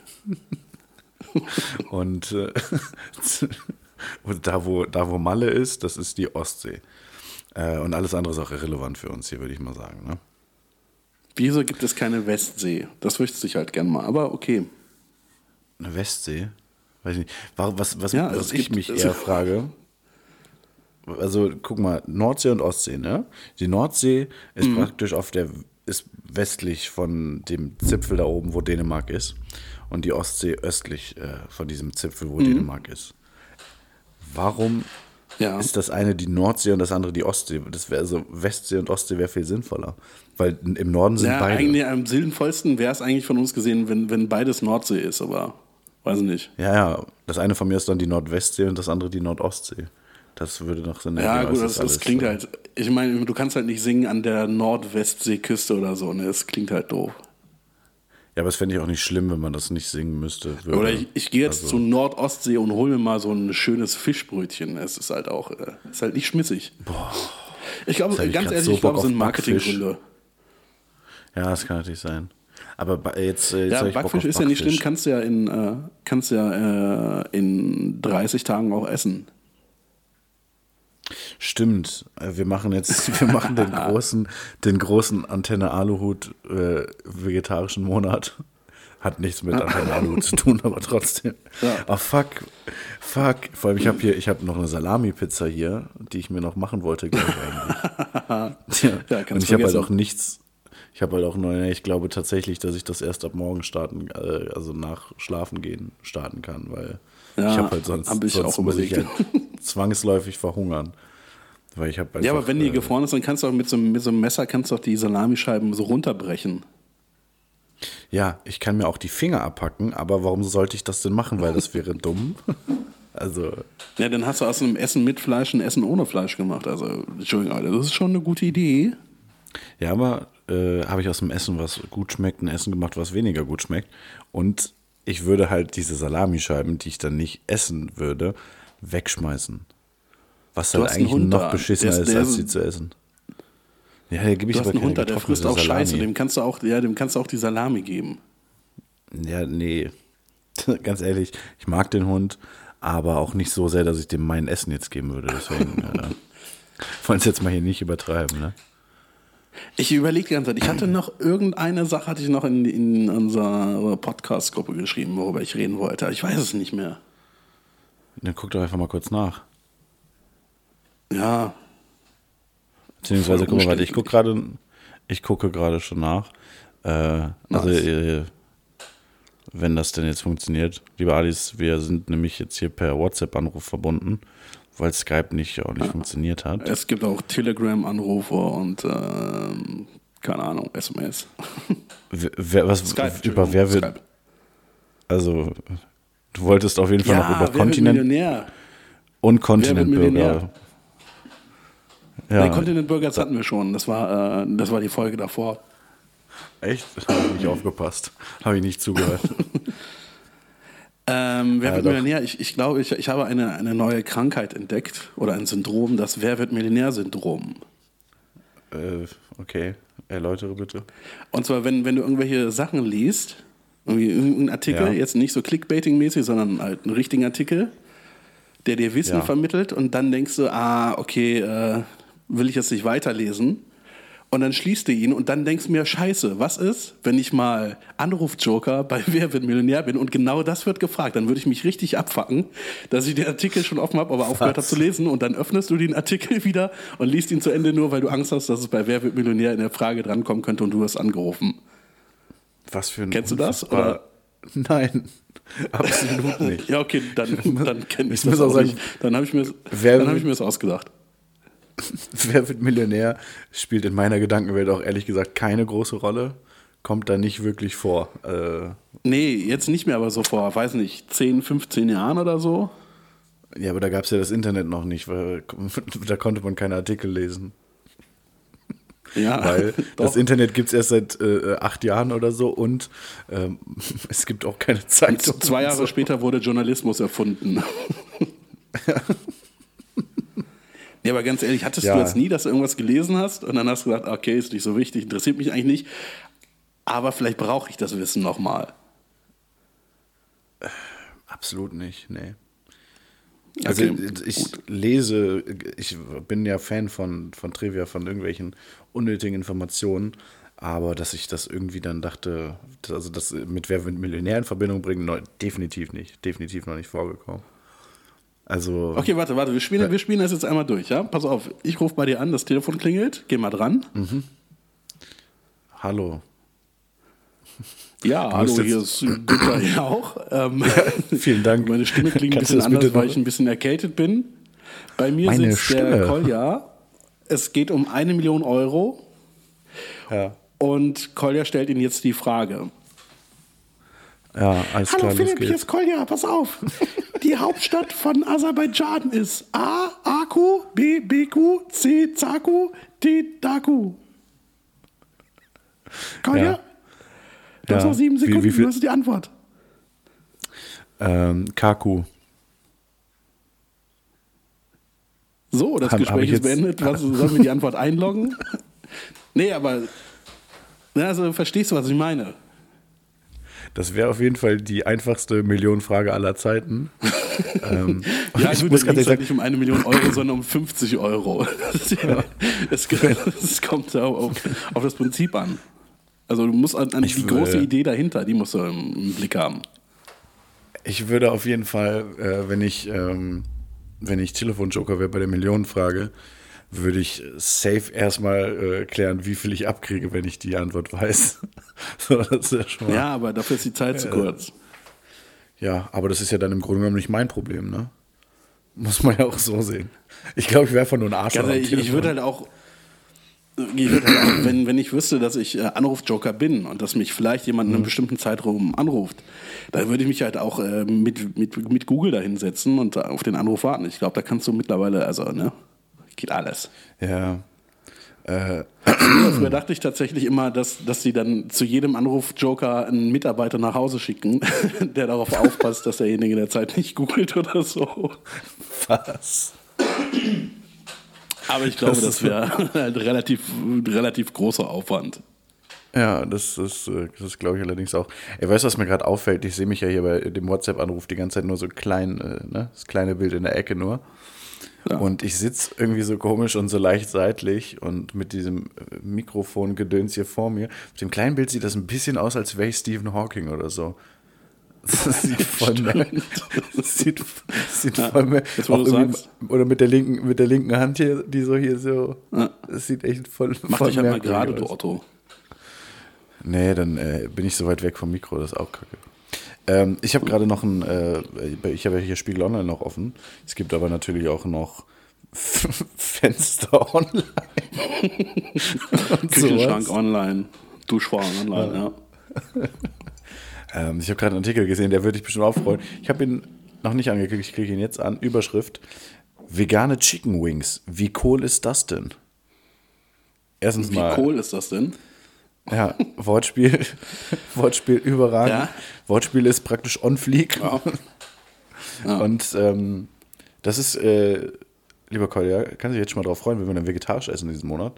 und da wo Malle ist, das ist die Ostsee. Und alles andere ist auch irrelevant für uns hier, würde ich mal sagen. Ne? Wieso gibt es keine Westsee? Das wüsste ich halt gern mal, aber okay. Eine Westsee? Weiß ich nicht. Was Ja, es ich gibt- mich es- eher frage, also guck mal, Nordsee und Ostsee, ne? Die Nordsee ist praktisch ist westlich von dem Zipfel da oben, wo Dänemark ist. Und die Ostsee östlich von diesem Zipfel, wo Dänemark ist. Warum Ja. ist das eine die Nordsee und das andere die Ostsee? Das wäre also Westsee und Ostsee wäre viel sinnvoller. Weil im Norden sind Ja, beide. eigentlich am sinnvollsten wäre es eigentlich von uns gesehen, wenn beides Nordsee ist, aber weiß nicht. Ja, das eine von mir ist dann die Nordwestsee und das andere die Nordostsee. Das würde noch Sinn Ja, ergeben, aber gut, es ist das alles, klingt halt, ich meine, du kannst halt nicht singen an der Nordwestseeküste oder so, ne? Das klingt halt doof. Ja, aber es fände ich auch nicht schlimm, wenn man das nicht singen müsste. Würde. Oder ich gehe jetzt zur Nordostsee und hole mir mal so ein schönes Fischbrötchen. Es ist halt auch, ist halt nicht schmissig. Boah. Ich glaube, Jetzt hab ich ganz grad ehrlich, so ich glaube, Bock es sind auf Backfisch. Marketinggründe. Ja, das kann natürlich sein. Aber jetzt Ja, hab ich Bock Backfisch auf ist ja nicht schlimm, Backfisch. kannst ja in 30 Tagen auch essen. Stimmt. Wir machen den großen Antenne Aluhut vegetarischen Monat. Hat nichts mit Antenne Aluhut zu tun, aber trotzdem. Ja. Oh, fuck. Vor allem, ich habe noch eine Salami-Pizza hier, die ich mir noch machen wollte, glaube ich eigentlich. Ja, Und kannst ich habe halt vergessen. auch nichts. Ich habe halt auch ich glaube tatsächlich, dass ich das erst ab morgen starten, also nach Schlafen gehen starten kann, weil Ja, ich habe halt sonst hab ich auch muss ich überlegt. halt zwangsläufig verhungern. Weil ich habe Ja, aber wenn die gefroren ist, dann kannst du auch mit so einem Messer kannst du auch die Salamischeiben so runterbrechen. ja, ich kann mir auch die Finger abhacken, aber warum sollte ich das denn machen? Weil das wäre dumm. Also, Ja, dann hast du aus einem Essen mit Fleisch ein Essen ohne Fleisch gemacht. Also, Entschuldigung, Alter, das ist schon eine gute Idee. ja, aber habe ich aus dem Essen, was gut schmeckt, ein Essen gemacht, was weniger gut schmeckt. Und ich würde halt diese Salamischeiben, die ich dann nicht essen würde, wegschmeißen. Was Du halt hast einen eigentlich Hund noch da. beschissener Der ist, ist- als sie zu essen. Ja, da gebe ich Du hast aber einen keine Hund da, der frisst auch getrocknete Scheiße, Salami. dem kannst du auch die Salami geben. Ja, nee. Ganz ehrlich, ich mag den Hund, aber auch nicht so sehr, dass ich dem mein Essen jetzt geben würde. Deswegen wollen es jetzt mal hier nicht übertreiben, ne? Ich überlege die ganze Zeit, ich hatte noch irgendeine Sache in unserer Podcast-Gruppe geschrieben, worüber ich reden wollte. Ich weiß es nicht mehr. Dann guck doch einfach mal kurz nach. Ja, Beziehungsweise, Voll guck mal, warte, umständlich. ich gucke gerade schon nach. Wenn das denn jetzt funktioniert. Lieber Alice, wir sind nämlich jetzt hier per WhatsApp-Anruf verbunden, weil Skype nicht ordentlich funktioniert hat. es gibt auch Telegram-Anrufe und keine Ahnung, SMS. Über wer wird. Skype. Also, du wolltest auf jeden Fall noch über Wer wird Kontinent Millionär? und Wer wird Kontinentbürger. Millionär? Ja, Nee, Continent Burgers hatten wir schon. Das war die Folge davor. echt? Habe ich nicht aufgepasst. Habe ich nicht zugehört. Wer wird Millionär? Ich glaube, ich habe eine neue Krankheit entdeckt oder ein Syndrom, das Wer wird Millionär-Syndrom. Okay, erläutere bitte. Und zwar, wenn du irgendwelche Sachen liest, irgendwie irgendeinen Artikel, jetzt nicht so Clickbaiting-mäßig, sondern halt einen richtigen Artikel, der dir Wissen vermittelt und dann denkst du, okay, will ich jetzt nicht weiterlesen? Und dann schließt du ihn und dann denkst du mir, scheiße, was ist, wenn ich mal Anrufjoker bei Wer wird Millionär bin und genau das wird gefragt, dann würde ich mich richtig abfacken, dass ich den Artikel schon offen habe, aber aufgehört habe zu lesen und dann öffnest du den Artikel wieder und liest ihn zu Ende nur, weil du Angst hast, dass es bei Wer wird Millionär in der Frage drankommen könnte und du hast angerufen. Was für ein Kennst du das? Oder? Nein, absolut nicht. Ja, okay, dann kenne ich muss das auch auch sagen, nicht. Dann habe ich mir das ausgedacht. Wer wird Millionär spielt in meiner Gedankenwelt auch ehrlich gesagt keine große Rolle. Kommt da nicht wirklich vor. Nee, jetzt nicht mehr, aber so vor, weiß nicht, 10, 15 Jahren oder so. Ja, aber da gab es ja das Internet noch nicht, weil da konnte man keine Artikel lesen. Ja, weil das Internet gibt es erst seit 8 Jahren oder so und es gibt auch keine Zeitung. Und 2 Jahre später wurde Journalismus erfunden. Ja, aber ganz ehrlich, hattest du jetzt nie, dass du irgendwas gelesen hast und dann hast du gedacht, okay, ist nicht so wichtig, interessiert mich eigentlich nicht, aber vielleicht brauche ich das Wissen nochmal. Absolut nicht, nee. Okay, also ich lese, ich bin ja Fan von Trivia, von irgendwelchen unnötigen Informationen, aber dass ich das irgendwie dann dachte, also das mit Wer wird Millionär in Verbindung bringen, definitiv noch nicht vorgekommen. Also. Okay, warte, wir spielen das jetzt einmal durch, ja? Pass auf, ich rufe bei dir an, das Telefon klingelt, geh mal dran. Mhm. Hallo. Ja, hallo, hier ist Günther Jauch. Vielen Dank. Meine Stimme klingt ein bisschen anders, weil ich ein bisschen erkältet bin. Bei mir sitzt der Kolja. Es geht um 1 Million Euro. Ja. Und Kolja stellt Ihnen jetzt die Frage. Ja, alles klar. Hallo Philipp, hier ist Kolja, pass auf. Die Hauptstadt von Aserbaidschan ist A, Aku, B, Beku, C, Zaku, D, Daku. Kolja? Du hast noch 7 Sekunden, wie viel? Was ist die Antwort? Kaku. So, das Gespräch ist beendet. Sollen wir die Antwort einloggen? Nee, aber also verstehst du, was ich meine? Das wäre auf jeden Fall die einfachste Millionenfrage aller Zeiten. Ja, ich muss ganz sagen, nicht um 1 Million Euro, sondern um 50 Euro. Es kommt auf das Prinzip an. Also du musst an die große Idee dahinter, die musst du im Blick haben. Ich würde auf jeden Fall, wenn ich Telefonjoker wäre bei der Millionenfrage, würde ich safe erstmal klären, wie viel ich abkriege, wenn ich die Antwort weiß. So, das ist schon mal, ja, aber dafür ist die Zeit zu kurz. Ja, aber das ist ja dann im Grunde genommen nicht mein Problem, ne? Muss man ja auch so sehen. Ich glaube, ich wäre einfach nur ein Arschloch. Also ich würde halt auch, wenn ich wüsste, dass ich Anrufjoker bin und dass mich vielleicht jemand in einem bestimmten Zeitraum anruft, dann würde ich mich halt auch mit Google da hinsetzen und auf den Anruf warten. Ich glaube, da kannst du mittlerweile, also, ne, geht alles. Ja. Früher dachte ich tatsächlich immer, dass die dann zu jedem Anrufjoker einen Mitarbeiter nach Hause schicken, der darauf aufpasst, dass derjenige in der Zeit nicht googelt oder so. Was? Aber ich glaube, das wäre halt relativ großer Aufwand. Ja, das glaube ich allerdings auch. Ey, weißt du, was mir gerade auffällt? Ich sehe mich ja hier bei dem WhatsApp-Anruf die ganze Zeit nur so klein, das kleine Bild in der Ecke nur. Ja. Und ich sitze irgendwie so komisch und so leicht seitlich und mit diesem Mikrofongedöns hier vor mir. Mit dem kleinen Bild sieht das ein bisschen aus, als wäre ich Stephen Hawking oder so. Das sieht voll sieht voll mehr. Oder mit der linken Hand hier, die so hier so. Ja. Das sieht echt voll. Mach dich halt mal gerade, du Otto. Nee, dann bin ich so weit weg vom Mikro, das ist auch kacke. Ich habe gerade noch ich habe ja hier Spiegel Online noch offen. Es gibt aber natürlich auch noch Fenster Online. Küchenschrank online, Duschvorhang online, ja. Ich habe gerade einen Artikel gesehen, der würde dich bestimmt auch freuen. Ich habe ihn noch nicht angeklickt, ich klicke ihn jetzt an. Überschrift: Vegane Chicken Wings. Wie cool ist das denn? Erstens mal. Wie cool ist das denn? Ja, Wortspiel überragend. Ja. Wortspiel ist praktisch on fleek. Ja. Ja. Und das ist, lieber Kolja, kann sich jetzt schon mal drauf freuen, wenn wir dann vegetarisch essen diesen Monat.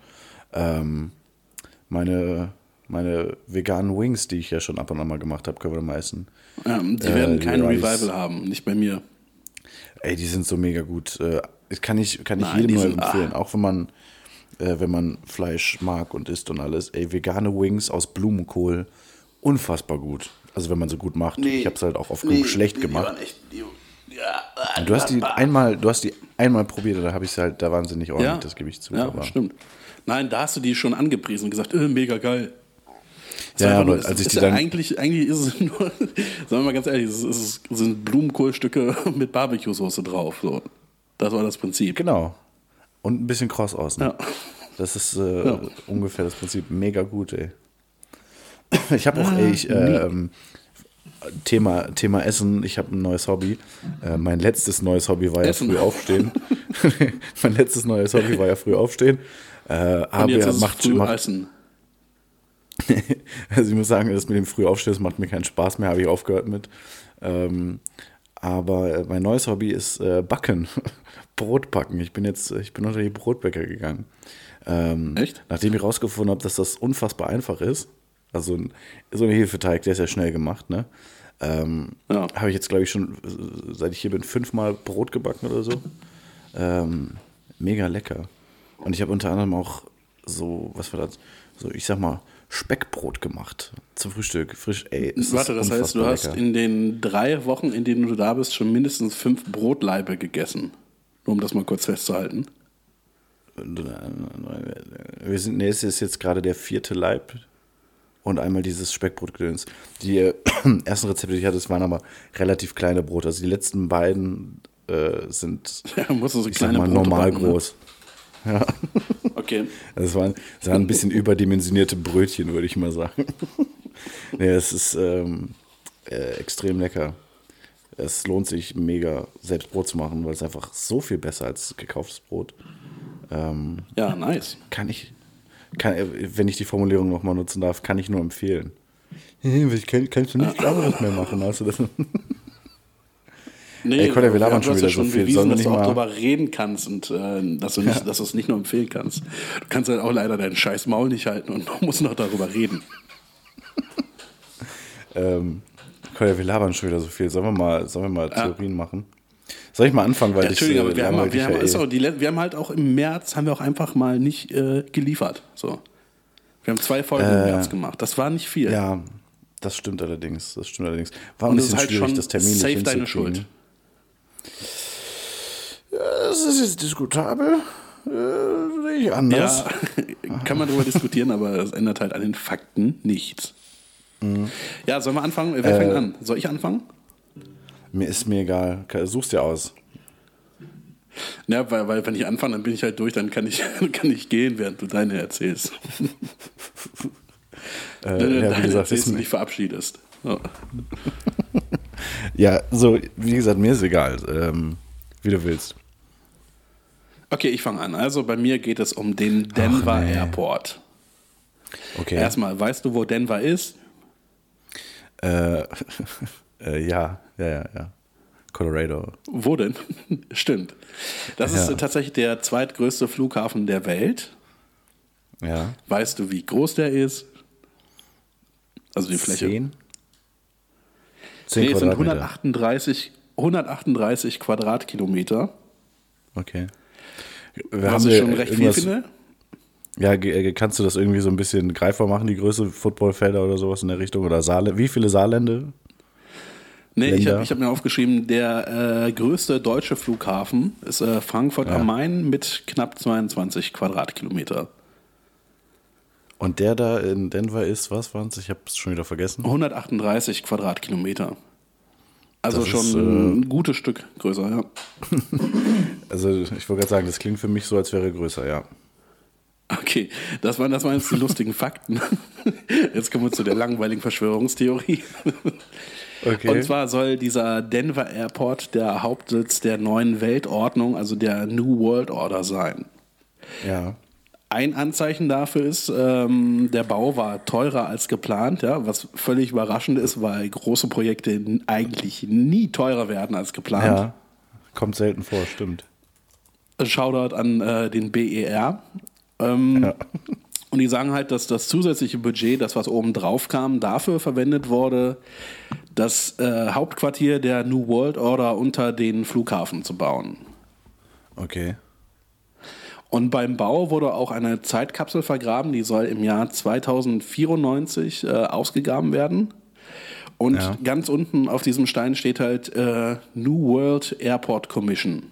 Meine veganen Wings, die ich ja schon ab und an mal gemacht habe, können wir dann mal essen. Ja, die werden kein Rice. Revival haben, nicht bei mir. Ey, die sind so mega gut. Kann ich Nein, jedem die nur sind- empfehlen. Auch wenn man Fleisch mag und isst und alles. Ey, vegane Wings aus Blumenkohl, unfassbar gut. Also wenn man so gut macht. Ich habe es halt auch oft genug schlecht gemacht. Und du hast die einmal probiert, da habe ich es halt, da waren sie nicht ordentlich, das gebe ich zu. Ja, aber stimmt. Nein, da hast du die schon angepriesen und gesagt, mega geil. Das Ja, ist einfach aber nur- als ich ist die ja dann- eigentlich ist es nur, sagen wir mal ganz ehrlich, es sind Blumenkohlstücke mit Barbecue-Soße drauf. So. Das war das Prinzip. Genau. Und ein bisschen kross außen. Ja. Das ist ungefähr das Prinzip. Mega gut, ey. Ich habe auch, Thema Essen, ich habe ein neues Hobby. Mein letztes neues Hobby war Essen. ja früh aufstehen. Mein letztes neues Hobby war ja früh aufstehen. Und Aber jetzt ist es macht, früh macht, essen. also ich muss sagen, das mit dem Frühaufstehen, das macht mir keinen Spaß mehr, habe ich aufgehört mit. Aber mein neues Hobby ist Backen, Brot backen. Ich bin unter die Brotbäcker gegangen. Echt? Nachdem ich rausgefunden habe, dass das unfassbar einfach ist, also so ein Hefeteig, der ist ja schnell gemacht, ne? Ja. Habe ich jetzt, glaube ich, schon, seit ich hier bin, 5-mal Brot gebacken oder so. Mega lecker. Und ich habe unter anderem auch so, was war das? So, ich sag mal, Speckbrot gemacht zum Frühstück. Frisch, ey. Es Warte, ist das heißt, du unfassbar hast lecker. in den 3 Wochen, in denen du da bist, schon mindestens 5 Brotlaibe gegessen. Nur um das mal kurz festzuhalten. Es ist jetzt gerade der 4. Laib und einmal dieses Speckbrotgedöns. Die ersten Rezepte, die ich hatte, das waren aber relativ kleine Brote. Also die letzten beiden sind, Ja, musst du so ich sag kleine mal, Brote normal backen, ne? groß. Okay. Das waren ein bisschen überdimensionierte Brötchen, würde ich mal sagen. Nee, es ist extrem lecker. Es lohnt sich mega, selbst Brot zu machen, weil es einfach so viel besser als gekauftes Brot. Ja, nice. Wenn ich die Formulierung nochmal nutzen darf, kann ich nur empfehlen. Kannst du nichts anderes mehr machen, also das. Nee, Ey, Colin, wir labern du schon hast wieder ja so viel. bewiesen, Sollen wir dass du nicht auch mal- darüber reden kannst und dass du es nicht nur empfehlen kannst. Du kannst halt auch leider deinen scheiß Maul nicht halten und musst noch darüber reden. Colin, wir labern schon wieder so viel. Sollen wir mal Theorien machen? Soll ich mal anfangen, weil Ja, ich Entschuldigung, aber wir langweilig haben halt auch im März haben wir auch einfach mal nicht geliefert. So. Wir haben 2 Folgen im März gemacht. Das war nicht viel. Ja, das stimmt allerdings. War ein und das bisschen ist halt schwierig, schon das Termin safe nicht deine hinzukriegen. Schuld. Ja, das ist jetzt diskutabel. Sehe ich anders. Ja, kann man darüber diskutieren, aber das ändert halt an den Fakten nichts. Ja, sollen wir anfangen? Wer fängt an? Soll ich anfangen? Mir egal. Such's dir aus. Ja, weil wenn ich anfange, dann bin ich halt durch, dann kann ich gehen, während du deine erzählst. Ja, wie gesagt, erzählst und dich verabschiedest. Ja. ja, so, wie gesagt, mir ist egal. Wie du willst. Okay, ich fange an. Also bei mir geht es um den Denver Airport. Okay. Erstmal, weißt du, wo Denver ist? Ja. Colorado. Wo denn? Stimmt. Das ist tatsächlich der zweitgrößte Flughafen der Welt. Ja. Weißt du, wie groß der ist? Also die Fläche. 10 Nee, es sind Quadratmeter. 138 Quadratkilometer. Okay. Was ich schon recht viel finde. Ja, kannst du das irgendwie so ein bisschen greifbar machen, die Größe Footballfelder oder sowas in der Richtung? Oder wie viele Saarlände? Nee, ich Länder? hab mir aufgeschrieben, der größte deutsche Flughafen ist Frankfurt am Main mit knapp 22 Quadratkilometer. Und der da in Denver ist, was waren es? Ich habe es schon wieder vergessen. 138 Quadratkilometer. Also Das schon ist, ein gutes Stück größer, ja. Also ich wollte gerade sagen, das klingt für mich so, als wäre er größer, ja. Okay, das waren jetzt die lustigen Fakten. Jetzt kommen wir zu der langweiligen Verschwörungstheorie. Okay. Und zwar soll dieser Denver Airport der Hauptsitz der neuen Weltordnung, also der New World Order sein. Ja. Ein Anzeichen dafür ist, der Bau war teurer als geplant, ja, was völlig überraschend ist, weil große Projekte eigentlich nie teurer werden als geplant. Ja, kommt selten vor, stimmt. Shoutout an den BER. Ja. Und die sagen halt, dass das zusätzliche Budget, das was oben drauf kam, dafür verwendet wurde, das Hauptquartier der New World Order unter den Flughafen zu bauen. Okay. Und beim Bau wurde auch eine Zeitkapsel vergraben, die soll im Jahr 2094 ausgegraben werden. Und ganz unten auf diesem Stein steht halt New World Airport Commission.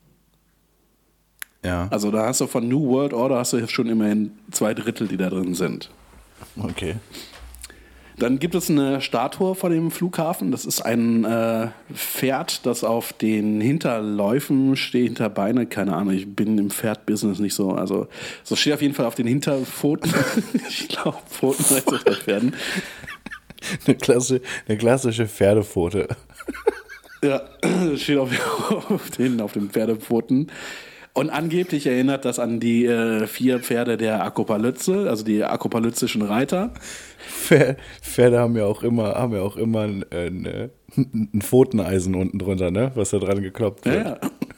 Ja. Also da hast du von New World Order hast du schon immerhin 2/3, die da drin sind. Okay. Dann gibt es eine Statue vor dem Flughafen. Das ist ein Pferd, das auf den Hinterläufen steht, Hinterbeine, keine Ahnung, ich bin im Pferdbusiness nicht so. Also so steht auf jeden Fall auf den Hinterpfoten. Ich glaube, Pfoten heißt das bei Pferden. Eine klassische Pferdepfote. Ja, das steht auf den Pferdepfoten. Und angeblich erinnert das an die 4 Pferde der Akopalypse, also die akopalyptischen Reiter. Pferde haben ja auch immer ein Pfoteneisen unten drunter, ne? Was da dran gekloppt wird.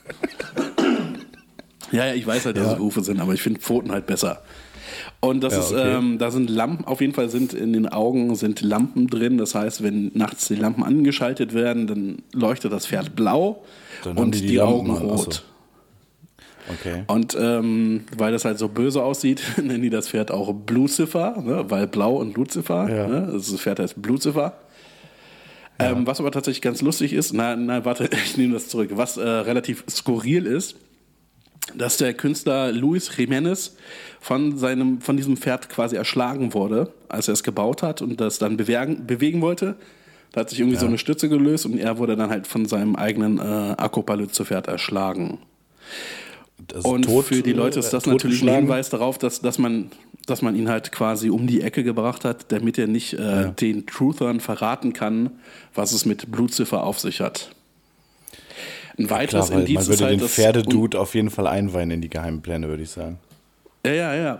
Ja, ich weiß halt, dass es Hufe sind, aber ich finde Pfoten halt besser. Und das ist, da sind Lampen, auf jeden Fall sind in den Augen sind Lampen drin. Das heißt, wenn nachts die Lampen angeschaltet werden, dann leuchtet das Pferd blau dann und die Augen Lampen rot. Achso. Okay. Und weil das halt so böse aussieht, nennen die das Pferd auch Lucifer, ne? Weil Blau und Lucifer. Ja. Ne? Das Pferd heißt Lucifer. Was aber tatsächlich ganz lustig ist, warte, ich nehme das zurück. Was relativ skurril ist, dass der Künstler Luis Jiménez von diesem Pferd quasi erschlagen wurde, als er es gebaut hat und das dann bewegen wollte. Da hat sich irgendwie so eine Stütze gelöst und er wurde dann halt von seinem eigenen Akopalypse-Pferd erschlagen. Also und für die Leute ist das natürlich ein Hinweis darauf, dass man ihn halt quasi um die Ecke gebracht hat, damit er nicht den Truthern verraten kann, was es mit Lucifer auf sich hat. Ein weiteres Indiz ist halt, man würde den Pferdedude auf jeden Fall einweihen in die geheimen Pläne, würde ich sagen. Ja.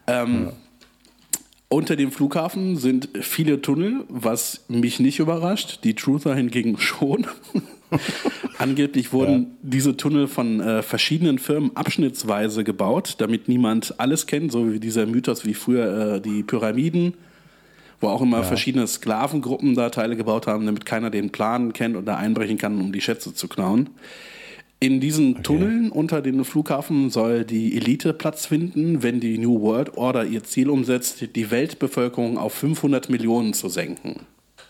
Unter dem Flughafen sind viele Tunnel, was mich nicht überrascht, die Truther hingegen schon. Angeblich wurden diese Tunnel von verschiedenen Firmen abschnittsweise gebaut, damit niemand alles kennt, so wie dieser Mythos wie früher die Pyramiden, wo auch immer verschiedene Sklavengruppen da Teile gebaut haben, damit keiner den Plan kennt und da einbrechen kann, um die Schätze zu klauen. In diesen Tunneln unter dem Flughafen soll die Elite Platz finden, wenn die New World Order ihr Ziel umsetzt, die Weltbevölkerung auf 500 Millionen zu senken.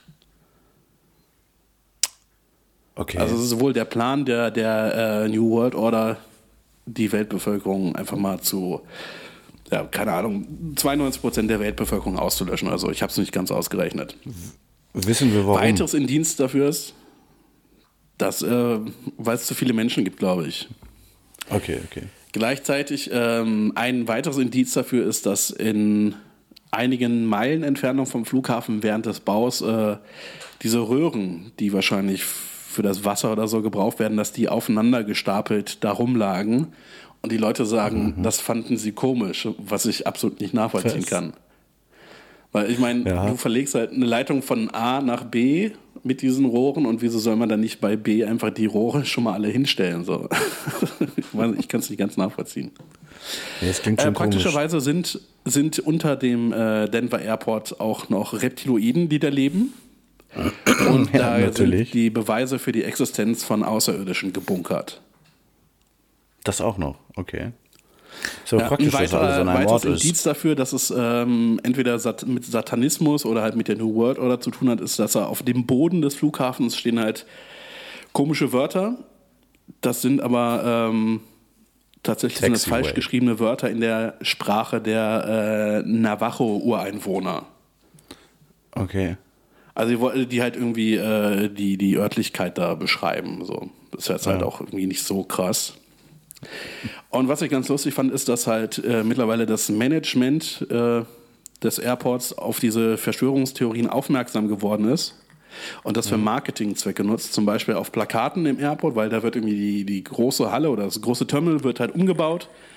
Okay. Also es ist wohl der Plan der New World Order, die Weltbevölkerung einfach mal zu, keine Ahnung, 92% der Weltbevölkerung auszulöschen. Also ich habe es nicht ganz ausgerechnet. Wissen wir warum? Weiteres Indiz dafür ist, dass, weil es zu viele Menschen gibt, glaube ich. Okay. Gleichzeitig ein weiteres Indiz dafür ist, dass in einigen Meilen Entfernung vom Flughafen während des Baus diese Röhren, die wahrscheinlich für das Wasser oder so gebraucht werden, dass die aufeinander gestapelt da rumlagen. Und die Leute sagen, das fanden sie komisch, was ich absolut nicht nachvollziehen kann. Weil ich meine, du verlegst halt eine Leitung von A nach B mit diesen Rohren und wieso soll man dann nicht bei B einfach die Rohre schon mal alle hinstellen? So. Ich kann es nicht ganz nachvollziehen. Ja, das klingt schon praktischerweise sind unter dem Denver Airport auch noch Reptiloiden, die da leben. Und da sind die Beweise für die Existenz von Außerirdischen gebunkert. Das auch noch, okay. So praktisch, ein weiteres Indiz dafür, dass es entweder mit Satanismus oder halt mit der New World Order zu tun hat, ist, dass auf dem Boden des Flughafens stehen halt komische Wörter. Das sind aber tatsächlich falsch geschriebene Wörter in der Sprache der Navajo-Ureinwohner. Okay. Also die halt irgendwie die Örtlichkeit da beschreiben. So. Das ist jetzt halt auch irgendwie nicht so krass. Und was ich ganz lustig fand, ist, dass halt mittlerweile das Management des Airports auf diese Verschwörungstheorien aufmerksam geworden ist und das für Marketingzwecke nutzt. Zum Beispiel auf Plakaten im Airport, weil da wird irgendwie die große Halle oder das große Terminal wird halt umgebaut.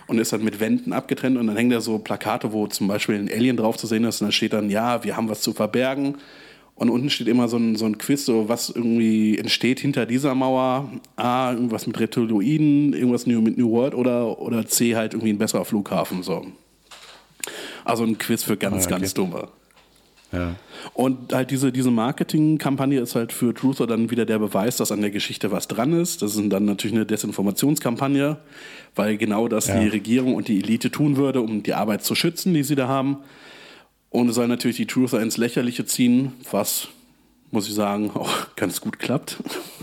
und ist dann mit Wänden abgetrennt und dann hängen da so Plakate, wo zum Beispiel ein Alien drauf zu sehen ist und da steht dann, ja, wir haben was zu verbergen. Und unten steht immer so ein Quiz, so was irgendwie entsteht hinter dieser Mauer. A, irgendwas mit Reptiloiden, irgendwas mit New World oder C, halt irgendwie ein besserer Flughafen. So. Also ein Quiz für ganz Dumme. Ja. Und halt diese Marketingkampagne ist halt für Truther dann wieder der Beweis, dass an der Geschichte was dran ist. Das ist dann natürlich eine Desinformationskampagne, weil genau das die Regierung und die Elite tun würde, um die Arbeit zu schützen, die sie da haben. Und es soll natürlich die Truther ins Lächerliche ziehen, was, muss ich sagen, auch ganz gut klappt.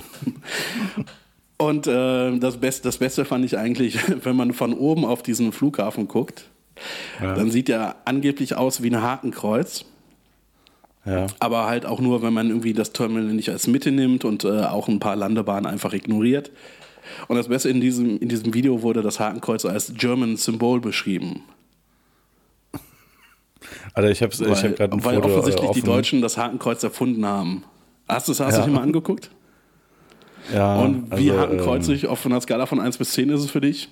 Und das Beste fand ich eigentlich, wenn man von oben auf diesen Flughafen guckt, dann sieht er angeblich aus wie ein Hakenkreuz. Ja. Aber halt auch nur, wenn man irgendwie das Terminal nicht als Mitte nimmt und auch ein paar Landebahnen einfach ignoriert. Und das Beste in diesem Video wurde das Hakenkreuz als German Symbol beschrieben. Alter, ich hab gerade ein Weil Foto offensichtlich offen. die Deutschen das Hakenkreuz erfunden haben. Hast du dich mal angeguckt? Ja. Und wie also, hakenkreuzig auf einer Skala von 1 bis 10 ist es für dich?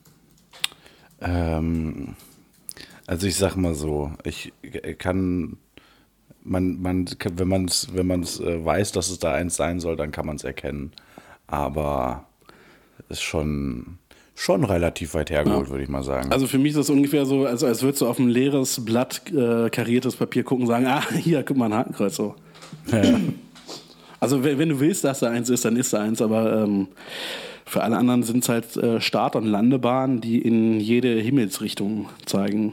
Also ich sag mal so, ich kann, wenn man es weiß, dass es da eins sein soll, dann kann man es erkennen. Aber ist schon relativ weit hergeholt, würde ich mal sagen. Also für mich ist das ungefähr so, als würdest du auf ein leeres Blatt kariertes Papier gucken und sagen, hier, guck mal, ein Hakenkreuz. So. Ja. Also wenn du willst, dass da eins ist, dann ist da eins, aber für alle anderen sind es halt Start- und Landebahnen, die in jede Himmelsrichtung zeigen.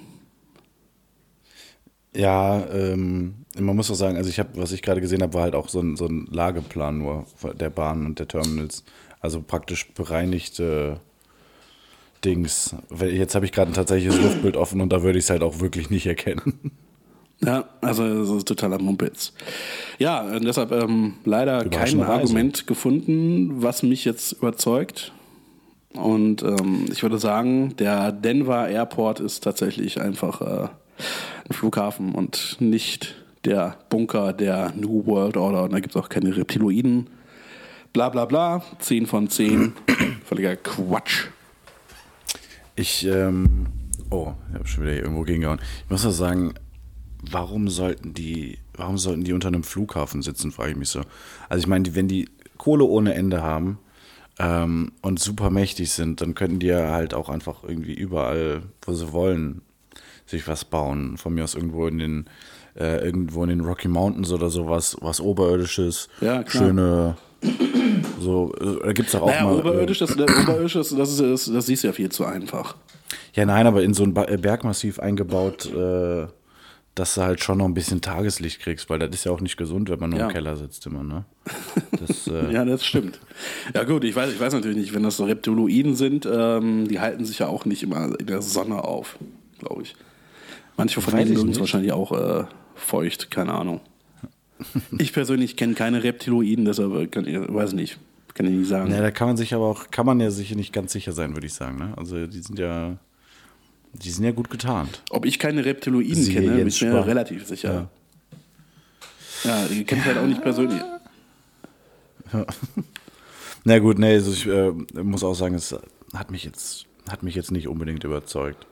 Ja, man muss auch sagen, also was ich gerade gesehen habe, war halt auch so ein Lageplan nur der Bahnen und der Terminals. Also praktisch bereinigte Dings. Jetzt habe ich gerade ein tatsächliches Luftbild offen und da würde ich es halt auch wirklich nicht erkennen. Ja, also das ist totaler Mumpitz. Ja, und deshalb leider kein Überraschende Reise. Argument gefunden, was mich jetzt überzeugt. Und ich würde sagen, der Denver Airport ist tatsächlich einfach ein Flughafen und nicht der Bunker der New World Order. Und da gibt es auch keine Reptiloiden. Bla bla bla. 10 von 10. Völliger Quatsch. Ich habe schon wieder hier irgendwo gegengehauen. Ich muss auch sagen, warum sollten die unter einem Flughafen sitzen, frage ich mich so. Also ich meine, wenn die Kohle ohne Ende haben und super mächtig sind, dann könnten die ja halt auch einfach irgendwie überall, wo sie wollen, sich was bauen. Von mir aus irgendwo in den Rocky Mountains oder sowas, was Oberirdisches, Ja, klar. schöne, so, da gibt es doch auch Naja, mal... oberirdisch, das siehst du ja viel zu einfach. Ja, nein, aber in so ein Bergmassiv eingebaut, dass du halt schon noch ein bisschen Tageslicht kriegst, weil das ist ja auch nicht gesund, wenn man nur im Keller sitzt immer, ne? Das, Ja, das stimmt. Ja gut, ich weiß natürlich nicht, wenn das so Reptiloiden sind, die halten sich ja auch nicht immer in der Sonne auf, glaube ich. Manche von denen sind wahrscheinlich auch feucht, keine Ahnung. Ich persönlich kenne keine Reptiloiden, deshalb weiß nicht, kann ich nicht sagen. da kann man ja sicher nicht ganz sicher sein, würde ich sagen, ne? Also die sind ja gut getarnt. Ob ich keine Reptiloiden kenne, bin ich mir relativ sicher. Ja, die kenne ich halt auch nicht persönlich. Ja. Na gut, also ich muss auch sagen, es hat mich jetzt nicht unbedingt überzeugt.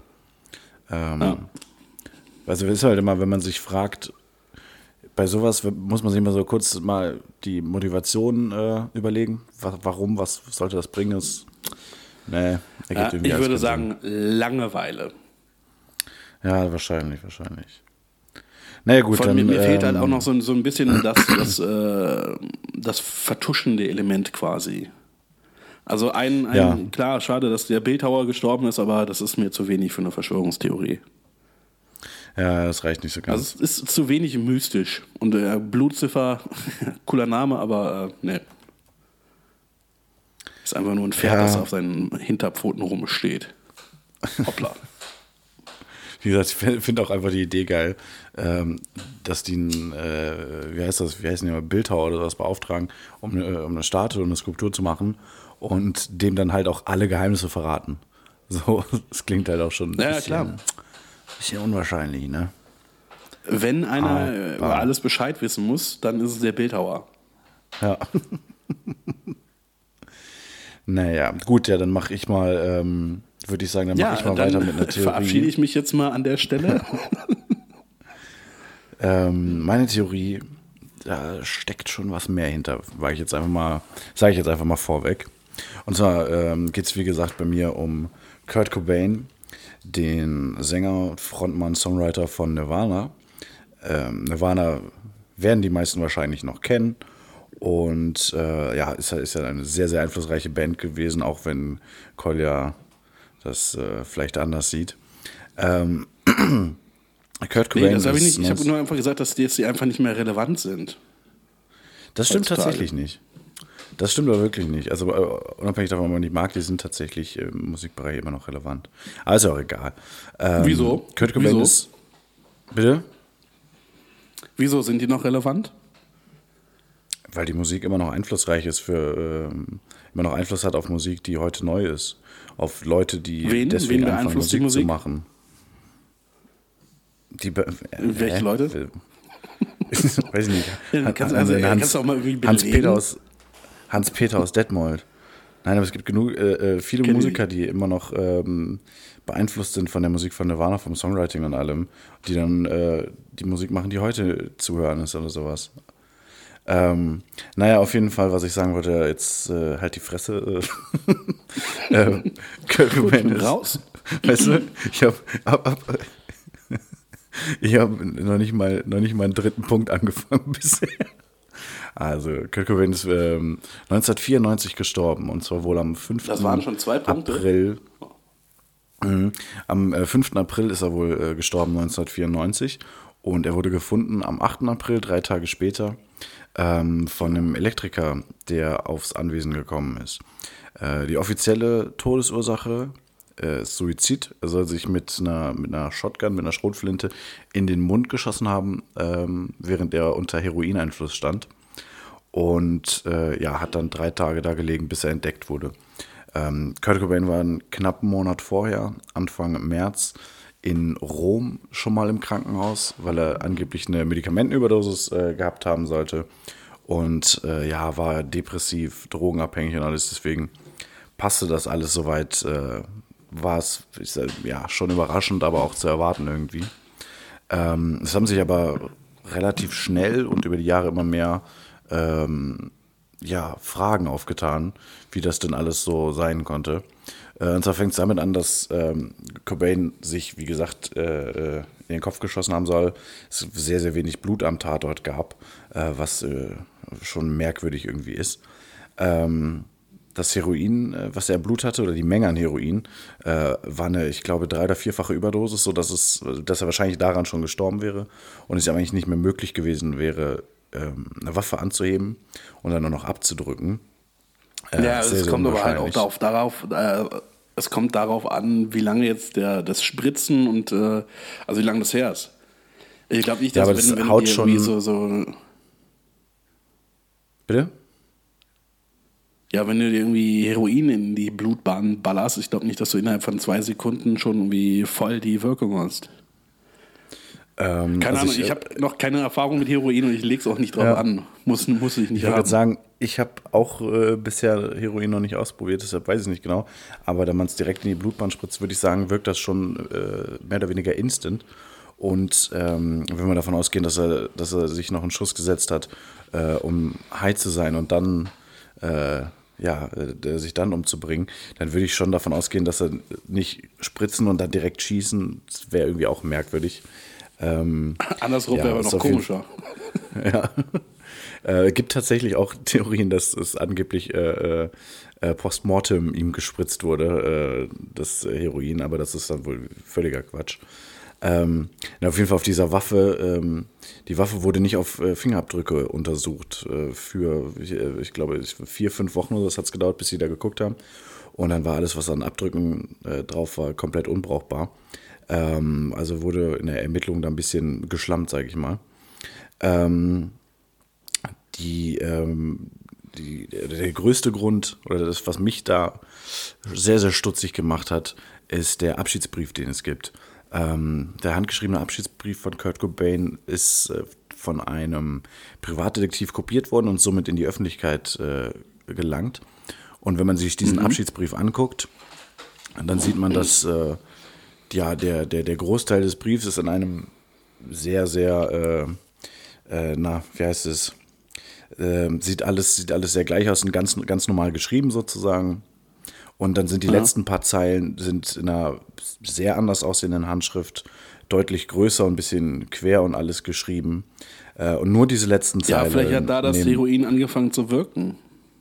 Also es ist halt immer, wenn man sich fragt, bei sowas muss man sich mal so kurz mal die Motivation überlegen. Warum, was sollte das bringen? Ich würde sagen, Langeweile. Ja, wahrscheinlich. Naja gut, Von dann... mir fehlt halt auch noch so ein bisschen das vertuschende Element quasi. Also klar, schade, dass der Bildhauer gestorben ist, aber das ist mir zu wenig für eine Verschwörungstheorie. Ja, das reicht nicht so ganz. Also es ist zu wenig mystisch. Und Blutziffer, cooler Name, aber ne. Ist einfach nur ein Pferd, das auf seinen Hinterpfoten rumsteht. Hoppla. Wie gesagt, ich finde auch einfach die Idee geil, dass die wie heißen die mal, Bildhauer oder was beauftragen, um eine Statue und eine Skulptur zu machen und dem dann halt auch alle Geheimnisse verraten. So, das klingt halt auch schon ein bisschen unwahrscheinlich, ne? Wenn einer über alles Bescheid wissen muss, dann ist es der Bildhauer. Ja. Naja, gut, ja, dann mache ich mal würde ich sagen, dann mache ich mal weiter mit einer Theorie. Verabschiede ich mich jetzt mal an der Stelle. Meine Theorie, da steckt schon was mehr hinter, sage ich jetzt einfach mal vorweg. Und zwar geht es, wie gesagt, bei mir um Kurt Cobain, den Sänger, Frontmann, Songwriter von Nirvana. Nirvana werden die meisten wahrscheinlich noch kennen. Und ist ja eine sehr, sehr einflussreiche Band gewesen, auch wenn Kolja das vielleicht anders sieht. Kurt Cobain das habe ich nicht. Ich habe nur einfach gesagt, dass die einfach nicht mehr relevant sind. Das stimmt tatsächlich nicht. Das stimmt aber wirklich nicht. Also unabhängig davon, ob man die mag, die sind tatsächlich im Musikbereich immer noch relevant. Aber ist auch egal. Wieso? Kurt Cobain ist... Bitte? Wieso sind die noch relevant? Weil die Musik immer noch einflussreich ist immer noch Einfluss hat auf Musik, die heute neu ist. Auf Leute, die deswegen anfangen, Musik zu machen. Welche Leute? Weiß ich nicht. Kannst du auch mal irgendwie belegen? Hans-Peter aus Detmold. Nein, aber es gibt genug, viele Musiker, die immer noch beeinflusst sind von der Musik von Nirvana, vom Songwriting und allem, die dann die Musik machen, die heute zu hören ist oder sowas. Naja, auf jeden Fall, was ich sagen wollte, jetzt halt die Fresse. Kurt Cobain ist raus. Weißt du, ich habe noch nicht mal einen dritten Punkt angefangen bisher. Also, Kurt Cobain ist 1994 gestorben, und zwar wohl am 5. Das waren schon 2 Punkte. April. Am 5. April ist er wohl gestorben, 1994. Und er wurde gefunden am 8. April, 3 Tage später, von einem Elektriker, der aufs Anwesen gekommen ist. Die offizielle Todesursache ist Suizid. Er soll sich mit einer Shotgun, mit einer Schrotflinte in den Mund geschossen haben, während er unter Heroineinfluss stand. Und hat dann 3 Tage da gelegen, bis er entdeckt wurde. Kurt Cobain war einen knappen Monat vorher, Anfang März, in Rom schon mal im Krankenhaus, weil er angeblich eine Medikamentenüberdosis gehabt haben sollte. Und war depressiv, drogenabhängig und alles. Deswegen passte das alles soweit. War es schon überraschend, aber auch zu erwarten irgendwie. Es haben sich aber relativ schnell und über die Jahre immer mehr Fragen aufgetan, wie das denn alles so sein konnte. Und zwar fängt es damit an, dass Cobain sich, wie gesagt, in den Kopf geschossen haben soll. Es sehr, sehr wenig Blut am Tatort gab, was schon merkwürdig irgendwie ist. Das Heroin, was er im Blut hatte, oder die Menge an Heroin, war eine, ich glaube, 3- oder 4-fache Überdosis, sodass er wahrscheinlich daran schon gestorben wäre und es ja eigentlich nicht mehr möglich gewesen wäre, eine Waffe anzuheben und dann nur noch abzudrücken. Es kommt aber halt auch es kommt darauf an, wie lange jetzt das Spritzen und also wie lange das her ist. Ich glaube nicht, dass wenn haut schon so Bitte? Ja, wenn du dir irgendwie Heroin in die Blutbahn ballerst, ich glaube nicht, dass du innerhalb von 2 Sekunden schon irgendwie voll die Wirkung hast. Keine Ahnung, ich habe noch keine Erfahrung mit Heroin und ich lege es auch nicht drauf an. Muss ich nicht haben. Ich würde sagen, ich habe auch bisher Heroin noch nicht ausprobiert, deshalb weiß ich nicht genau. Aber da man es direkt in die Blutbahn spritzt, würde ich sagen, wirkt das schon mehr oder weniger instant. Und wenn wir davon ausgehen, dass er sich noch einen Schuss gesetzt hat, um high zu sein und dann sich dann umzubringen, dann würde ich schon davon ausgehen, dass er nicht spritzen und dann direkt schießen, das wäre irgendwie auch merkwürdig. Andersrum wäre aber noch komischer. Gibt tatsächlich auch Theorien, dass es angeblich postmortem ihm gespritzt wurde, das Heroin, aber das ist dann wohl völliger Quatsch. Auf jeden Fall auf dieser Waffe, die Waffe wurde nicht auf Fingerabdrücke untersucht für, ich glaube, 4-5 Wochen oder so hat es gedauert, bis sie da geguckt haben. Und dann war alles, was an Abdrücken drauf war, komplett unbrauchbar. Also wurde in der Ermittlung da ein bisschen geschlammt, sage ich mal. Der größte Grund, oder das, was mich da sehr, sehr stutzig gemacht hat, ist der Abschiedsbrief, den es gibt. Der handgeschriebene Abschiedsbrief von Kurt Cobain ist von einem Privatdetektiv kopiert worden und somit in die Öffentlichkeit gelangt. Und wenn man sich diesen Abschiedsbrief anguckt, Und dann sieht man, dass der Großteil des Briefs ist in einem sehr, sehr, wie heißt es, sieht alles sehr gleich aus und ganz, ganz normal geschrieben sozusagen. Und dann sind die letzten paar Zeilen sind in einer sehr anders aussehenden Handschrift, deutlich größer und ein bisschen quer und alles geschrieben. Und nur diese letzten Zeilen. Ja, vielleicht hat da das Heroin angefangen zu wirken.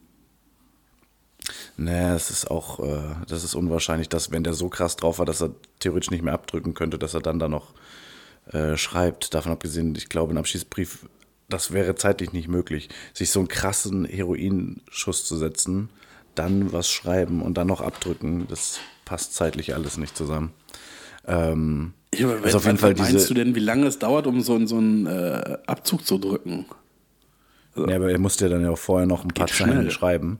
Nee, das ist unwahrscheinlich, dass wenn der so krass drauf war, dass er theoretisch nicht mehr abdrücken könnte, dass er dann da noch schreibt. Davon abgesehen, ich glaube, ein Abschiedsbrief, das wäre zeitlich nicht möglich, sich so einen krassen Heroinschuss zu setzen, dann was schreiben und dann noch abdrücken, das passt zeitlich alles nicht zusammen. Also auf jeden Fall meinst du denn, wie lange es dauert, um so einen Abzug zu drücken? Also, ja, aber er musste ja dann ja auch vorher noch ein paar Zeilen schreiben.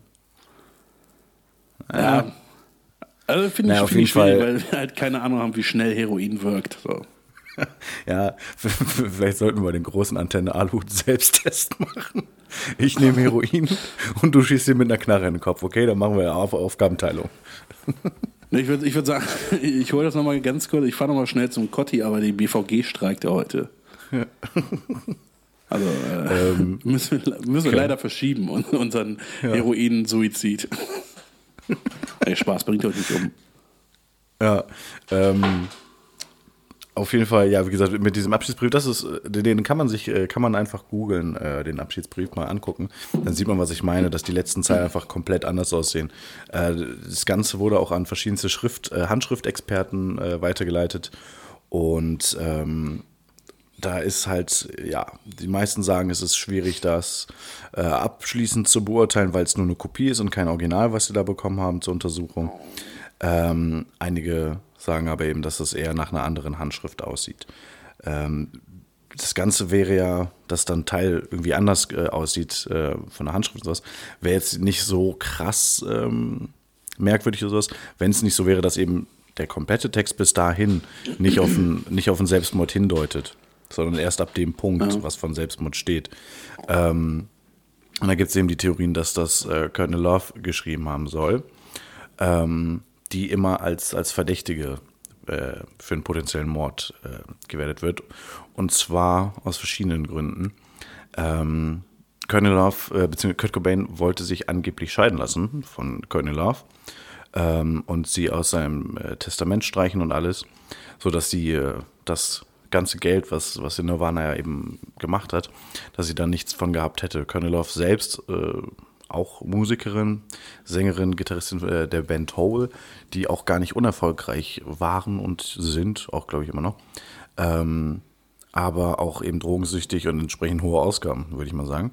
Ja. Also finde ich schwierig, weil wir halt keine Ahnung haben, wie schnell Heroin wirkt. So. Ja, vielleicht sollten wir den großen Antenne-Aluhut-Selbsttest machen. Ich nehme Heroin und du schießt dir mit einer Knarre in den Kopf, okay? Dann machen wir Aufgabenteilung. Ich würd sagen, ich hole das nochmal ganz kurz, ich fahre nochmal schnell zum Kotti, aber die BVG streikt ja heute. Ja. Also müssen wir leider verschieben, unseren Heroin-Suizid. Ey, Spaß bringt euch nicht um. Ja, auf jeden Fall, ja, wie gesagt, mit diesem Abschiedsbrief, den kann man einfach googeln, den Abschiedsbrief mal angucken. Dann sieht man, was ich meine, dass die letzten Zeilen einfach komplett anders aussehen. Das Ganze wurde auch an verschiedenste Handschriftexperten weitergeleitet und da ist halt, ja, die meisten sagen, es ist schwierig, das abschließend zu beurteilen, weil es nur eine Kopie ist und kein Original, was sie da bekommen haben zur Untersuchung. Einige sagen aber eben, dass es eher nach einer anderen Handschrift aussieht. Das Ganze wäre ja, dass dann Teil irgendwie anders aussieht von der Handschrift und sowas, wäre jetzt nicht so krass merkwürdig oder sowas, wenn es nicht so wäre, dass eben der komplette Text bis dahin nicht auf einen Selbstmord hindeutet, sondern erst ab dem Punkt, was von Selbstmord steht. Und da gibt es eben die Theorien, dass das Courtney Love geschrieben haben soll, die immer als Verdächtige für einen potenziellen Mord gewertet wird. Und zwar aus verschiedenen Gründen. Courtney Love, beziehungsweise Kurt Cobain wollte sich angeblich scheiden lassen von Courtney Love und sie aus seinem Testament streichen und alles, sodass sie das ganze Geld, was Nirvana ja eben gemacht hat, dass sie dann nichts von gehabt hätte. Courtney Love selbst auch Musikerin, Sängerin, Gitarristin der Band Hole, die auch gar nicht unerfolgreich waren und sind, auch glaube ich immer noch, aber auch eben drogensüchtig und entsprechend hohe Ausgaben, würde ich mal sagen.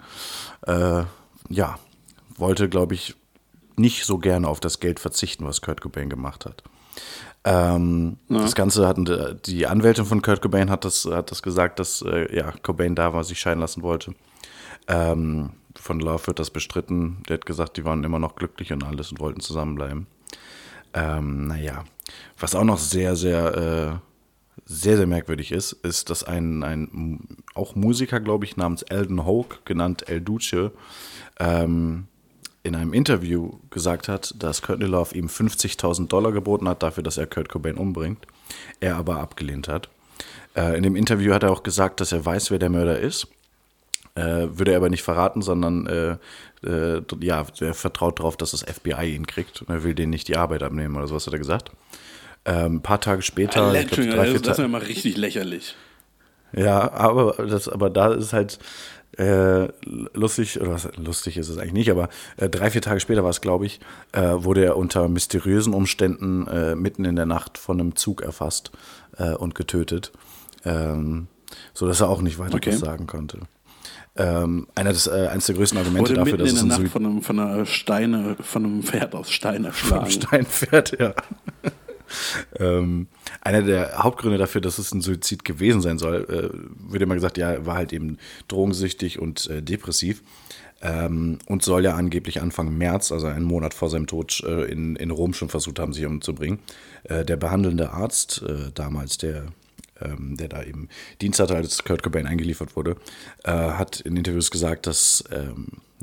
Wollte, glaube ich, nicht so gerne auf das Geld verzichten, was Kurt Cobain gemacht hat. Das Ganze hatten die Anwältin von Kurt Cobain hat das gesagt, dass Cobain da war, sich scheiden lassen wollte. Von Love wird das bestritten. Der hat gesagt, die waren immer noch glücklich und alles und wollten zusammenbleiben. Was auch noch sehr, sehr, sehr, sehr merkwürdig ist, dass ein auch Musiker, glaube ich, namens Eldon Hoke, genannt El Duce, in einem Interview gesagt hat, dass Courtney Love ihm $50.000 geboten hat dafür, dass er Kurt Cobain umbringt. Er aber abgelehnt hat. In dem Interview hat er auch gesagt, dass er weiß, wer der Mörder ist. Würde er aber nicht verraten, sondern er vertraut darauf, dass das FBI ihn kriegt. Und er will denen nicht die Arbeit abnehmen oder sowas, hat er gesagt. Ein paar Tage später... das ist ja mal richtig lächerlich. Ja, aber da ist halt lustig, oder was lustig ist es eigentlich nicht, aber 3-4 Tage später war es, glaube ich, wurde er unter mysteriösen Umständen mitten in der Nacht von einem Zug erfasst und getötet, sodass er auch nicht weiter was sagen konnte. Eines der größten Argumente dafür, dass es in der Nacht von einem Pferd aus Stein erschlagen. Vom Steinpferd, ja. Einer der Hauptgründe dafür, dass es ein Suizid gewesen sein soll, wird immer gesagt, ja, er war halt eben drogensüchtig und depressiv und soll ja angeblich Anfang März, also einen Monat vor seinem Tod, in Rom schon versucht haben, sich umzubringen. Der behandelnde Arzt damals, der da eben Dienst hatte, als Kurt Cobain eingeliefert wurde, hat in Interviews gesagt, dass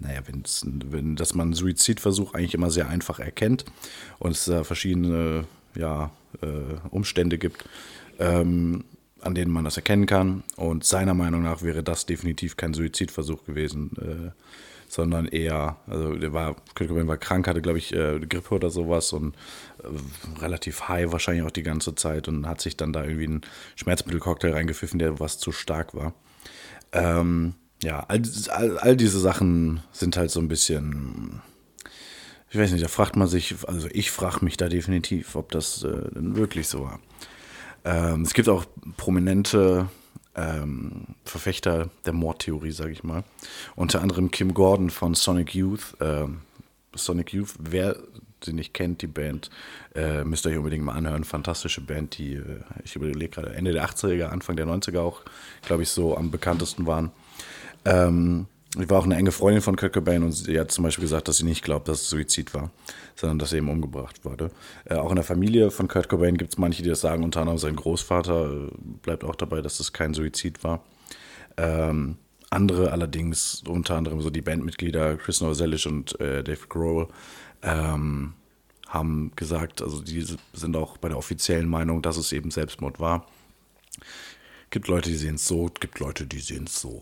dass man einen Suizidversuch eigentlich immer sehr einfach erkennt und es da verschiedene Umstände gibt, an denen man das erkennen kann. Und seiner Meinung nach wäre das definitiv kein Suizidversuch gewesen, sondern eher, also Kurt Cobain war krank, hatte, glaube ich, Grippe oder sowas und relativ high wahrscheinlich auch die ganze Zeit und hat sich dann da irgendwie einen Schmerzmittelcocktail reingepfiffen, der was zu stark war. All diese Sachen sind halt so ein bisschen, ich weiß nicht, da fragt man sich, also ich frage mich da definitiv, ob das denn wirklich so war. Es gibt auch prominente Verfechter der Mordtheorie, sage ich mal. Unter anderem Kim Gordon von Sonic Youth. Sonic Youth, wer sie nicht kennt, die Band, müsst ihr euch unbedingt mal anhören. Fantastische Band, die, ich überlege gerade, Ende der 80er, Anfang der 90er auch, glaube ich, so am bekanntesten waren. Ich war auch eine enge Freundin von Kurt Cobain und sie hat zum Beispiel gesagt, dass sie nicht glaubt, dass es Suizid war, sondern dass er eben umgebracht wurde. Auch in der Familie von Kurt Cobain gibt es manche, die das sagen, unter anderem sein Großvater bleibt auch dabei, dass es kein Suizid war. Andere allerdings, unter anderem so die Bandmitglieder Chris Novoselic und Dave Grohl, haben gesagt, also die sind auch bei der offiziellen Meinung, dass es eben Selbstmord war. Gibt Leute, die sehen es so, gibt Leute, die sehen es so.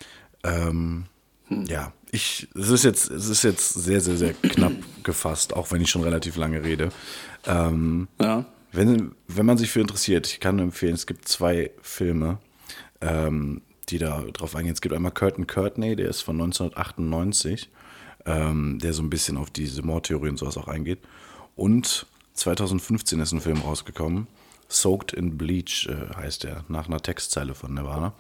Es ist jetzt sehr, sehr, sehr knapp gefasst, auch wenn ich schon relativ lange rede. Wenn man sich für interessiert, ich kann nur empfehlen, es gibt 2 Filme, die da drauf eingehen. Es gibt einmal Curtin Courtney, der ist von 1998, der so ein bisschen auf diese Mordtheorie und sowas auch eingeht. Und 2015 ist ein Film rausgekommen, Soaked in Bleach heißt der, nach einer Textzeile von Nirvana.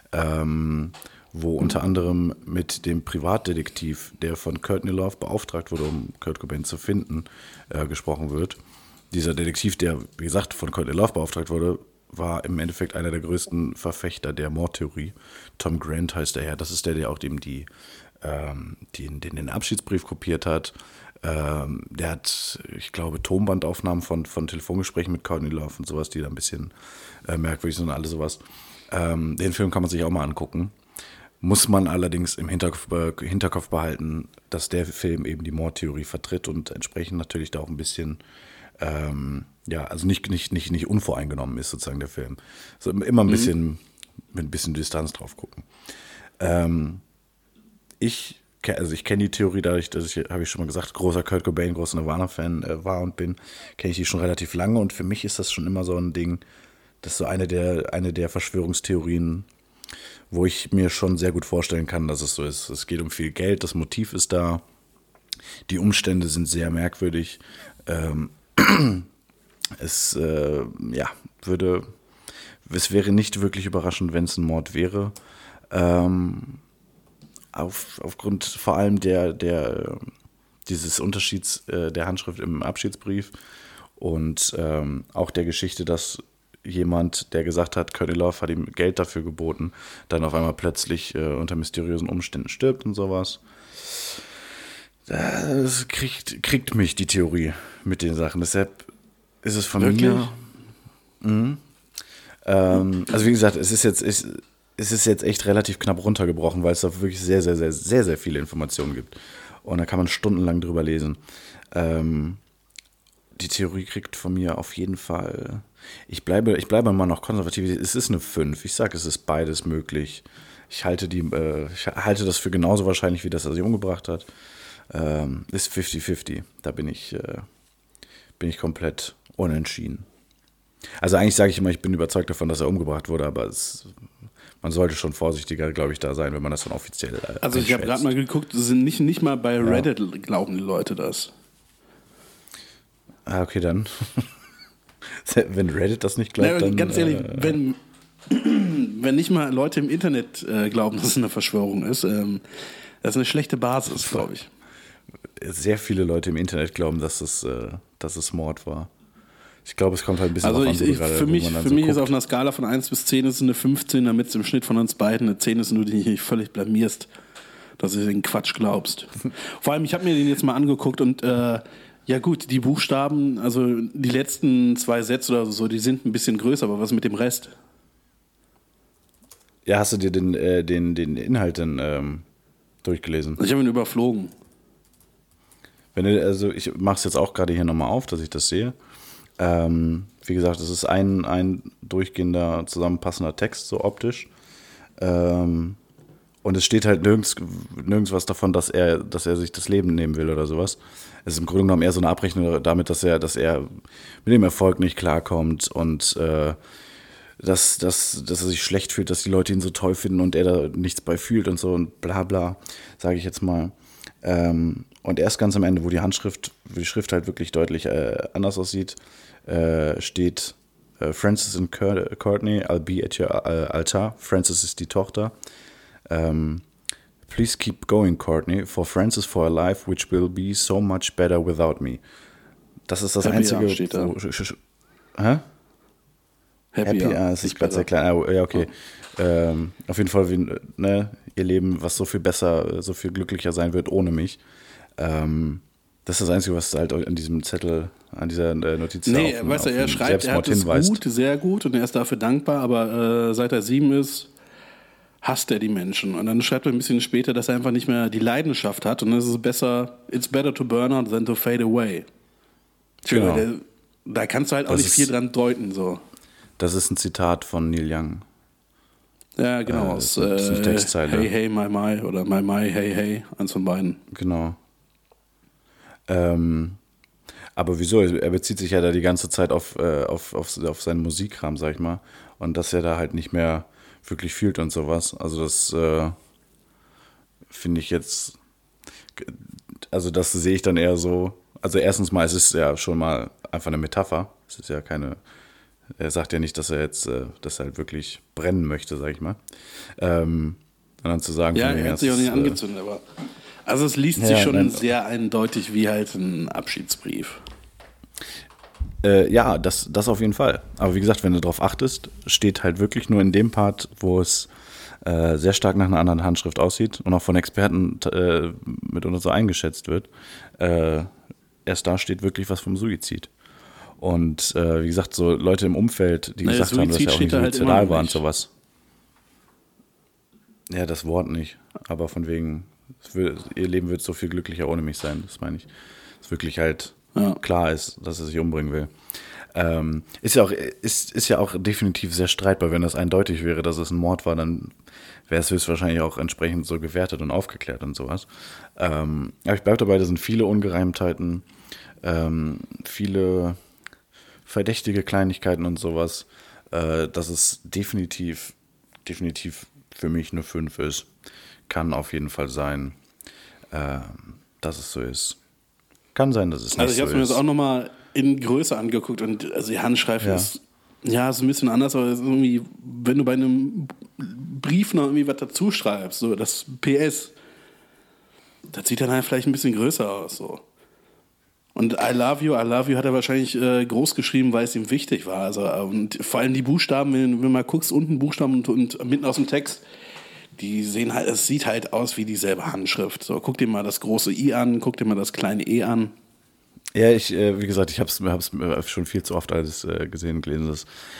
Wo unter anderem mit dem Privatdetektiv, der von Courtney Love beauftragt wurde, um Kurt Cobain zu finden, gesprochen wird. Dieser Detektiv, der, wie gesagt, von Courtney Love beauftragt wurde, war im Endeffekt einer der größten Verfechter der Mordtheorie. Tom Grant heißt der Herr. Das ist der auch dem den Abschiedsbrief kopiert hat. Der hat, ich glaube, Tonbandaufnahmen von Telefongesprächen mit Courtney Love und sowas, die da ein bisschen merkwürdig sind und alles sowas. Den Film kann man sich auch mal angucken. Muss man allerdings im Hinterkopf behalten, dass der Film eben die Mordtheorie vertritt und entsprechend natürlich da auch ein bisschen, also nicht unvoreingenommen ist sozusagen der Film. Also immer ein bisschen mit ein bisschen Distanz drauf gucken. Ich kenne die Theorie dadurch, dass ich, habe ich schon mal gesagt, großer Kurt Cobain, großer Nirvana-Fan war und bin, kenne ich die schon relativ lange und für mich ist das schon immer so ein Ding, das ist so eine der Verschwörungstheorien, wo ich mir schon sehr gut vorstellen kann, dass es so ist. Es geht um viel Geld, das Motiv ist da, die Umstände sind sehr merkwürdig. Es wäre nicht wirklich überraschend, wenn es ein Mord wäre. Aufgrund vor allem dieses Unterschieds der Handschrift im Abschiedsbrief und auch der Geschichte, dass jemand, der gesagt hat, Courtney Love hat ihm Geld dafür geboten, dann auf einmal plötzlich unter mysteriösen Umständen stirbt und sowas. Das kriegt mich die Theorie mit den Sachen. Deshalb ist es von mir. Also wie gesagt, es ist jetzt echt relativ knapp runtergebrochen, weil es da wirklich sehr, sehr, sehr, sehr, sehr viele Informationen gibt. Und da kann man stundenlang drüber lesen. Die Theorie kriegt von mir auf jeden Fall. Ich bleibe mal noch konservativ. Es ist eine 5. Ich sage, es ist beides möglich. Ich halte das für genauso wahrscheinlich, wie das, er sie umgebracht hat. Ist 50-50. Da bin ich komplett unentschieden. Also eigentlich sage ich immer, ich bin überzeugt davon, dass er umgebracht wurde, aber man sollte schon vorsichtiger, glaube ich, da sein, wenn man das dann offiziell Also ich habe gerade mal geguckt, sind nicht mal bei Reddit glauben die Leute das. Ah, okay, dann. Wenn Reddit das nicht glaubt, dann... Ganz ehrlich, wenn nicht mal Leute im Internet glauben, dass es eine Verschwörung ist, das ist eine schlechte Basis, glaube ich. Sehr viele Leute im Internet glauben, dass es Mord war. Ich glaube, es kommt halt ein bisschen drauf an, für mich ist auf einer Skala von 1 bis 10 ist eine 15, damit es im Schnitt von uns beiden eine 10 ist und du dich völlig blamierst, dass du den Quatsch glaubst. Vor allem, ich habe mir den jetzt mal angeguckt und ja gut, die Buchstaben, also die letzten 2 Sätze oder so, die sind ein bisschen größer, aber was mit dem Rest? Ja, hast du dir den Inhalt denn durchgelesen? Ich habe ihn überflogen. Ich mache es jetzt auch gerade hier nochmal auf, dass ich das sehe. Wie gesagt, es ist ein durchgehender, zusammenpassender Text, so optisch. Und es steht halt nirgends was davon, dass er sich das Leben nehmen will oder sowas. Es ist im Grunde genommen eher so eine Abrechnung damit, dass er mit dem Erfolg nicht klarkommt und dass er sich schlecht fühlt, dass die Leute ihn so toll finden und er da nichts bei fühlt und so und bla bla, sage ich jetzt mal. Und erst ganz am Ende, wo die Schrift halt wirklich deutlich anders aussieht, steht Francis and Courtney, I'll be at your altar. Francis ist die Tochter. Please keep going, Courtney, for Francis for a life which will be so much better without me. Das ist das Happy Einzige. steht da. Hä? Happy, es ist gerade sehr klein. Ja, okay. Auf jeden Fall, ihr Leben, was so viel besser, so viel glücklicher sein wird ohne mich. Das ist das Einzige, was halt an diesem Zettel, an dieser Notiz er schreibt, er hat es gut, sehr gut und er ist dafür dankbar, aber seit er 7 ist, hasst er die Menschen. Und dann schreibt er ein bisschen später, dass er einfach nicht mehr die Leidenschaft hat und es ist besser, it's better to burn out than to fade away. Genau. Da kannst du halt auch nicht viel dran deuten, so. Das ist ein Zitat von Neil Young. Ja, genau. Das ist eine Textzeile. Hey, hey, my, my oder my, my, hey, hey. Eins von beiden. Genau. Aber wieso? Er bezieht sich ja da die ganze Zeit auf seinen Musikkram, sag ich mal. Und dass er da halt nicht mehr wirklich fühlt und sowas. Also das finde ich jetzt, also das sehe ich dann eher so. Also erstens mal, es ist ja schon mal einfach eine Metapher. Es ist ja keine... Er sagt ja nicht, dass er jetzt, dass er halt wirklich brennen möchte, sag ich mal. Und dann zu sagen, ja, er hat sich auch nicht angezündet, aber also es liest sich schon sehr eindeutig wie halt ein Abschiedsbrief. Ja, das auf jeden Fall. Aber wie gesagt, wenn du darauf achtest, steht halt wirklich nur in dem Part, wo es sehr stark nach einer anderen Handschrift aussieht und auch von Experten mitunter so eingeschätzt wird. Erst da steht wirklich was vom Suizid. Und wie gesagt, so Leute im Umfeld, die gesagt haben, dass er auch nicht suizidal war und sowas. Ja, das Wort nicht. Aber von wegen, ihr Leben wird so viel glücklicher ohne mich sein, das meine ich. Dass wirklich halt klar ist, dass er sich umbringen will. Ist ja auch definitiv sehr streitbar. Wenn das eindeutig wäre, dass es ein Mord war, dann wäre es höchstwahrscheinlich auch entsprechend so gewertet und aufgeklärt und sowas. Aber ich bleibe dabei, da sind viele Ungereimtheiten, viele verdächtige Kleinigkeiten und sowas, dass es definitiv für mich eine 5 ist. Kann auf jeden Fall sein, dass es so ist. Kann sein, dass es nicht so ist. Also ich habe mir das auch nochmal in Größe angeguckt und also die Handschrift ist ein bisschen anders, aber ist irgendwie, wenn du bei einem Brief noch irgendwie was dazu schreibst, so das PS, das sieht dann halt vielleicht ein bisschen größer aus, so. Und I love you hat er wahrscheinlich groß geschrieben, weil es ihm wichtig war. Also, und vor allem die Buchstaben, wenn du mal guckst, unten Buchstaben und mitten aus dem Text, die sehen halt, es sieht halt aus wie dieselbe Handschrift. So, guck dir mal das große I an, guck dir mal das kleine E an. Ja, wie gesagt, ich hab's schon viel zu oft alles gesehen, gelesen.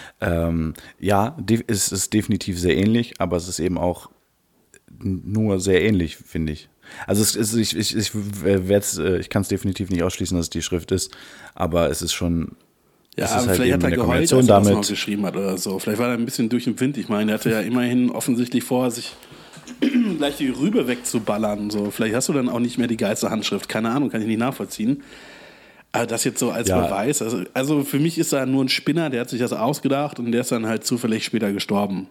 Es ist definitiv sehr ähnlich, aber es ist eben auch nur sehr ähnlich, finde ich. Also ich kann es definitiv nicht ausschließen, dass es die Schrift ist, aber es ist schon. Ja, es ist vielleicht halt hat er geheult, als er das noch geschrieben hat oder so. Vielleicht war er ein bisschen durch den Wind. Ich meine, er hatte ja immerhin offensichtlich vor, sich gleich die Rübe wegzuballern. So. Vielleicht hast du dann auch nicht mehr die geilste Handschrift. Keine Ahnung, kann ich nicht nachvollziehen. Aber das jetzt so als Beweis. Also für mich ist er nur ein Spinner, der hat sich das ausgedacht und der ist dann halt zufällig später gestorben.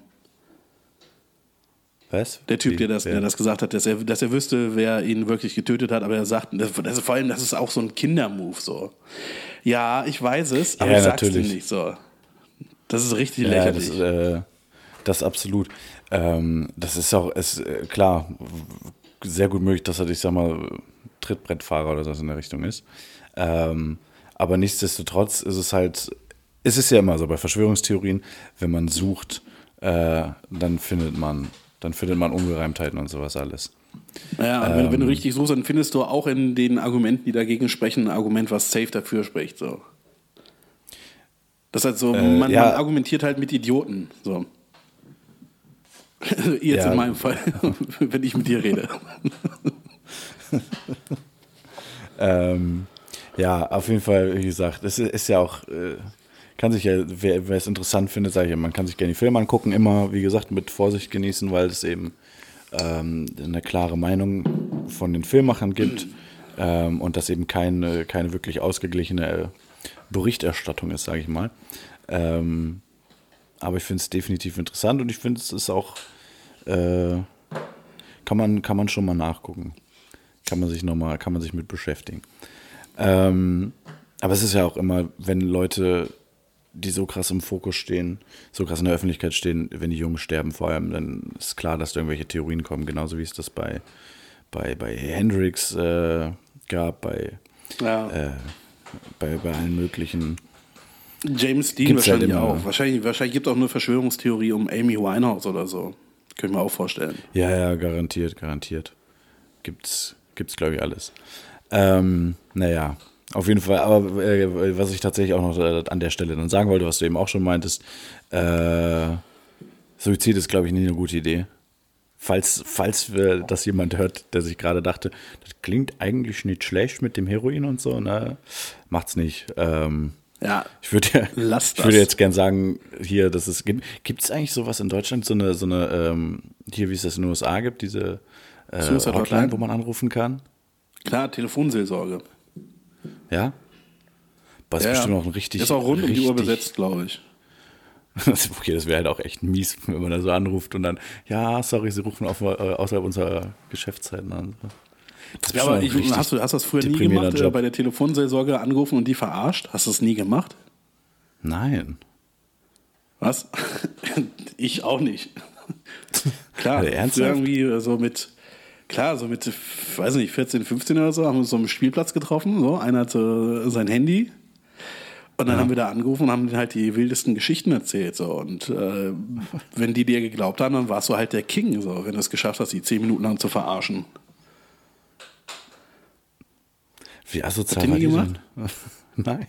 Was? Der Typ, der das gesagt hat, dass er wüsste, wer ihn wirklich getötet hat, aber er sagt, vor allem, das ist auch so ein Kindermove so. Ja, ich weiß es, aber ich sag's dir nicht so. Das ist richtig lächerlich. Das absolut. Das ist auch, klar, sehr gut möglich, dass er, ich sag mal, Trittbrettfahrer oder so in der Richtung ist. Aber nichtsdestotrotz ist es halt, es ist ja immer so bei Verschwörungstheorien, wenn man sucht, dann findet man Ungereimtheiten und sowas alles. Ja, und wenn du richtig suchst, dann findest du auch in den Argumenten, die dagegen sprechen, ein Argument, was safe dafür spricht. So. Das ist halt so, man argumentiert halt mit Idioten. So. Jetzt in meinem Fall, wenn ich mit dir rede. Ja, auf jeden Fall, wie gesagt, das ist ja auch, kann sich ja, wer es interessant findet, sage ich ja, man kann sich gerne die Filme angucken, immer, wie gesagt, mit Vorsicht genießen, weil es eben eine klare Meinung von den Filmemachern gibt und das eben keine wirklich ausgeglichene Berichterstattung ist, sage ich mal. Aber ich finde es definitiv interessant und ich finde, es ist auch, kann man schon mal nachgucken. Kann man sich mit beschäftigen. Aber es ist ja auch immer, wenn Leute, die so krass im Fokus stehen, so krass in der Öffentlichkeit stehen, wenn die Jungen sterben vor allem, dann ist klar, dass da irgendwelche Theorien kommen, genauso wie es das bei Hendrix gab, bei allen möglichen. James Dean wahrscheinlich halt auch. Wahrscheinlich gibt es auch eine Verschwörungstheorie um Amy Winehouse oder so. Können wir auch vorstellen. Ja, garantiert. Gibt's glaube ich, alles. Naja, auf jeden Fall, aber was ich tatsächlich auch noch an der Stelle dann sagen wollte, was du eben auch schon meintest, Suizid ist, glaube ich, nie eine gute Idee. Falls das jemand hört, der sich gerade dachte, das klingt eigentlich nicht schlecht mit dem Heroin und so, ne? Macht's nicht. Ja, ich würde jetzt gern sagen, hier, dass es gibt es eigentlich sowas in Deutschland, so eine hier, wie es das in den USA gibt, diese Hotline, wo man anrufen kann? Klar, Telefonseelsorge. Ja? Das ist bestimmt auch ein richtig. Ist auch rund um die Uhr besetzt, glaube ich. Okay, das wäre halt auch echt mies, wenn man da so anruft und dann, ja, sorry, Sie rufen außerhalb unserer Geschäftszeiten an. Das aber hast du das früher nie gemacht, bei der Telefonseelsorge angerufen und die verarscht? Hast du es nie gemacht? Nein. Was? Ich auch nicht. Klar, ernsthaft? Irgendwie so mit, weiß nicht, 14, 15 oder so, haben wir uns so am Spielplatz getroffen. So. Einer hatte sein Handy und dann haben wir da angerufen und haben denen halt die wildesten Geschichten erzählt. So. Und wenn die dir geglaubt haben, dann warst du halt der King, so, wenn du es geschafft hast, die 10 Minuten lang zu verarschen. Wie asozial war die denn? Nein.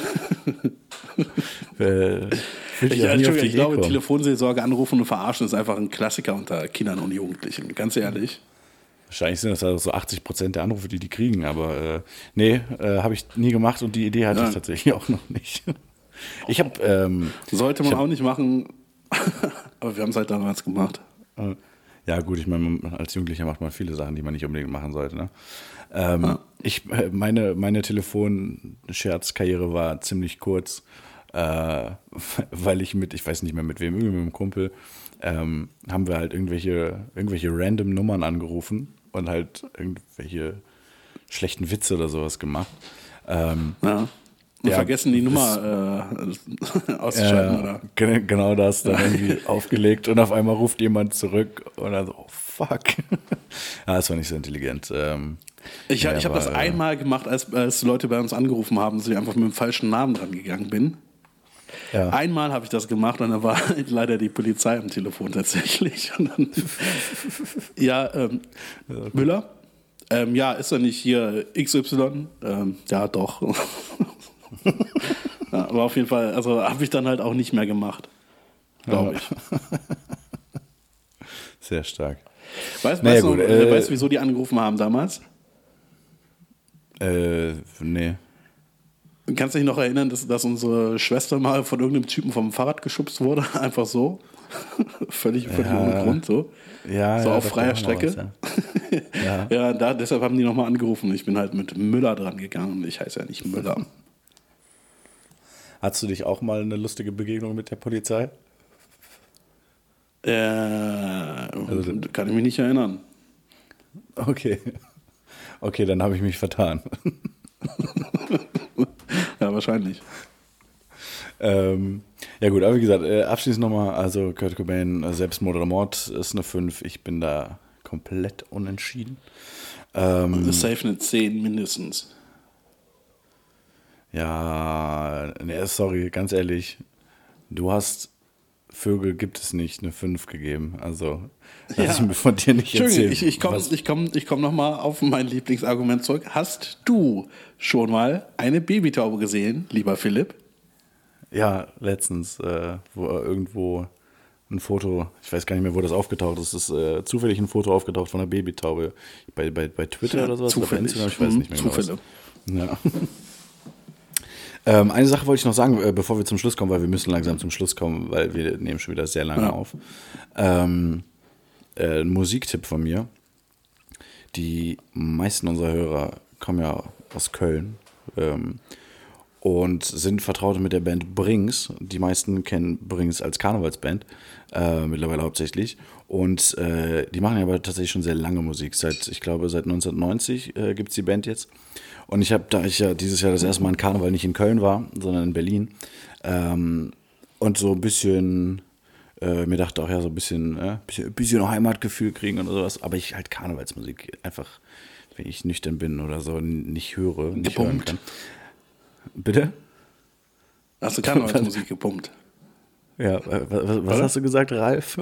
Ich glaube, Telefonseelsorge anrufen und verarschen ist einfach ein Klassiker unter Kindern und Jugendlichen, ganz ehrlich. Wahrscheinlich sind das also so 80% der Anrufe, die kriegen, aber nee, habe ich nie gemacht und die Idee hatte ich tatsächlich auch noch nicht. Sollte man auch nicht machen, aber wir haben es halt damals gemacht. Ja gut, ich meine, als Jugendlicher macht man viele Sachen, die man nicht unbedingt machen sollte, ne? Meine Telefonscherzkarriere war ziemlich kurz, weil ich weiß nicht mehr mit wem, irgendwie mit einem Kumpel, haben wir halt irgendwelche random Nummern angerufen und halt irgendwelche schlechten Witze oder sowas gemacht. Vergessen die Nummer auszuschalten, oder? Genau das, dann irgendwie aufgelegt und auf einmal ruft jemand zurück und dann so, oh fuck. Ja, das war nicht so intelligent. Ich habe das einmal gemacht, als Leute bei uns angerufen haben, dass ich einfach mit dem falschen Namen dran gegangen bin. Ja. Einmal habe ich das gemacht und da war leider die Polizei am Telefon tatsächlich. Und dann, Müller? Ja, ist er nicht hier XY? Ja, doch. Ja, aber auf jeden Fall, also habe ich dann halt auch nicht mehr gemacht, glaube ich. Sehr stark. Weißt du, wieso die angerufen haben damals? Nee. Kannst du dich noch erinnern, dass unsere Schwester mal von irgendeinem Typen vom Fahrrad geschubst wurde? Einfach so. völlig ohne Grund. So, auf freier Strecke. Deshalb haben die nochmal angerufen. Ich bin halt mit Müller dran gegangen und ich heiße ja nicht Müller. Hattest du dich auch mal eine lustige Begegnung mit der Polizei? Kann ich mich nicht erinnern. Okay, dann habe ich mich vertan. Ja, wahrscheinlich. Ja gut, aber wie gesagt, abschließend nochmal, also Kurt Cobain, Selbstmord oder Mord ist eine 5. Ich bin da komplett unentschieden. Safe eine 10 mindestens. Ja, sorry, ganz ehrlich, du hast Vögel gibt es nicht eine 5 gegeben, also lass ich mir von dir nicht erzählen. Ich komm nochmal auf mein Lieblingsargument zurück. Hast du schon mal eine Babytaube gesehen, lieber Philipp? Ja, letztens, wo irgendwo ein Foto, ich weiß gar nicht mehr, wo das aufgetaucht ist, es ist zufällig ein Foto aufgetaucht von einer Babytaube bei Twitter oder sowas. Zufällig. Oder bei Instagram, ich weiß nicht mehr Zufälle. genau. Ja. Eine Sache wollte ich noch sagen, bevor wir zum Schluss kommen, weil wir müssen langsam zum Schluss kommen, weil wir nehmen schon wieder sehr lange auf. Ein Musiktipp von mir. Die meisten unserer Hörer kommen ja aus Köln und sind vertraut mit der Band Brings. Die meisten kennen Brings als Karnevalsband, mittlerweile hauptsächlich. Und die machen ja aber tatsächlich schon sehr lange Musik. Ich glaube, seit 1990 gibt es die Band jetzt. Und da ich ja dieses Jahr das erste Mal in Karneval nicht in Köln war, sondern in Berlin, und so ein bisschen, mir dachte auch ja so ein bisschen Heimatgefühl kriegen oder sowas, aber ich halt Karnevalsmusik einfach, wenn ich nüchtern bin oder so, nicht höre, nicht hören kann. Bitte? Hast du Karnevalsmusik gepumpt? Ja, was hast du gesagt, Ralf?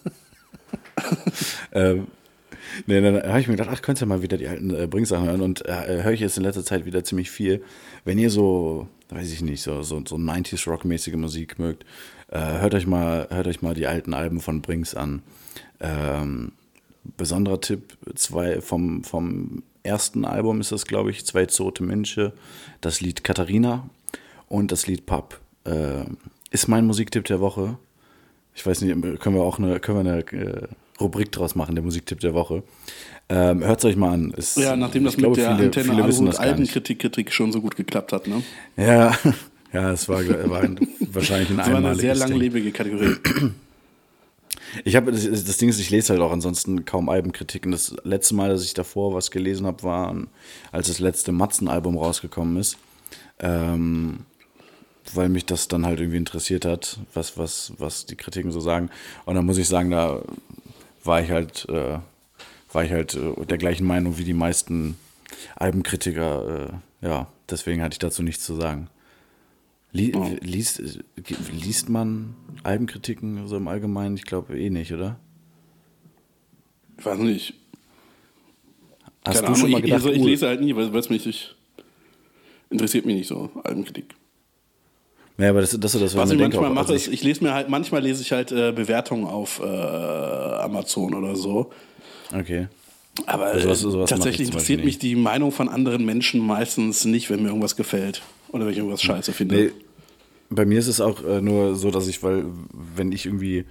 Nee, dann habe ich mir gedacht, könntest du ja mal wieder die alten Brings-Sachen hören und höre ich jetzt in letzter Zeit wieder ziemlich viel. Wenn ihr so, weiß ich nicht, so 90s-Rock-mäßige Musik mögt, hört euch mal die alten Alben von Brings an. Besonderer Tipp, vom ersten Album ist das, glaube ich, 2 Zote Mensche, das Lied Katharina und das Lied Pub. Ist mein Musiktipp der Woche. Ich weiß nicht, können wir eine Rubrik draus machen, der Musiktipp der Woche. Hört es euch mal an. Nachdem das mit der Antenne Aluhut-Albenkritik schon so gut geklappt hat, ne? Ja, es war wahrscheinlich ein einmaliges Ding. Das war eine sehr langlebige Kategorie. Das Ding ist, ich lese halt auch ansonsten kaum Albenkritiken. Das letzte Mal, dass ich davor was gelesen habe, war, als das letzte Matzen-Album rausgekommen ist. Weil mich das dann halt irgendwie interessiert hat, was die Kritiken so sagen. Und dann muss ich sagen, da war ich halt der gleichen Meinung wie die meisten Albenkritiker. Deswegen hatte ich dazu nichts zu sagen. Liest man Albenkritiken so im Allgemeinen? Ich glaube nicht, oder? Ich weiß nicht. Hast du schon mal gedacht, ich lese halt nie, weil es mich interessiert mich nicht so, Albenkritik. Ja, aber das ist das, was ich manchmal mache, ist, manchmal lese ich halt Bewertungen auf Amazon oder so. Okay. Aber sowas tatsächlich interessiert mich die Meinung von anderen Menschen meistens nicht, wenn mir irgendwas gefällt oder wenn ich irgendwas scheiße finde. Nee, bei mir ist es auch nur so, dass wenn ich irgendwie,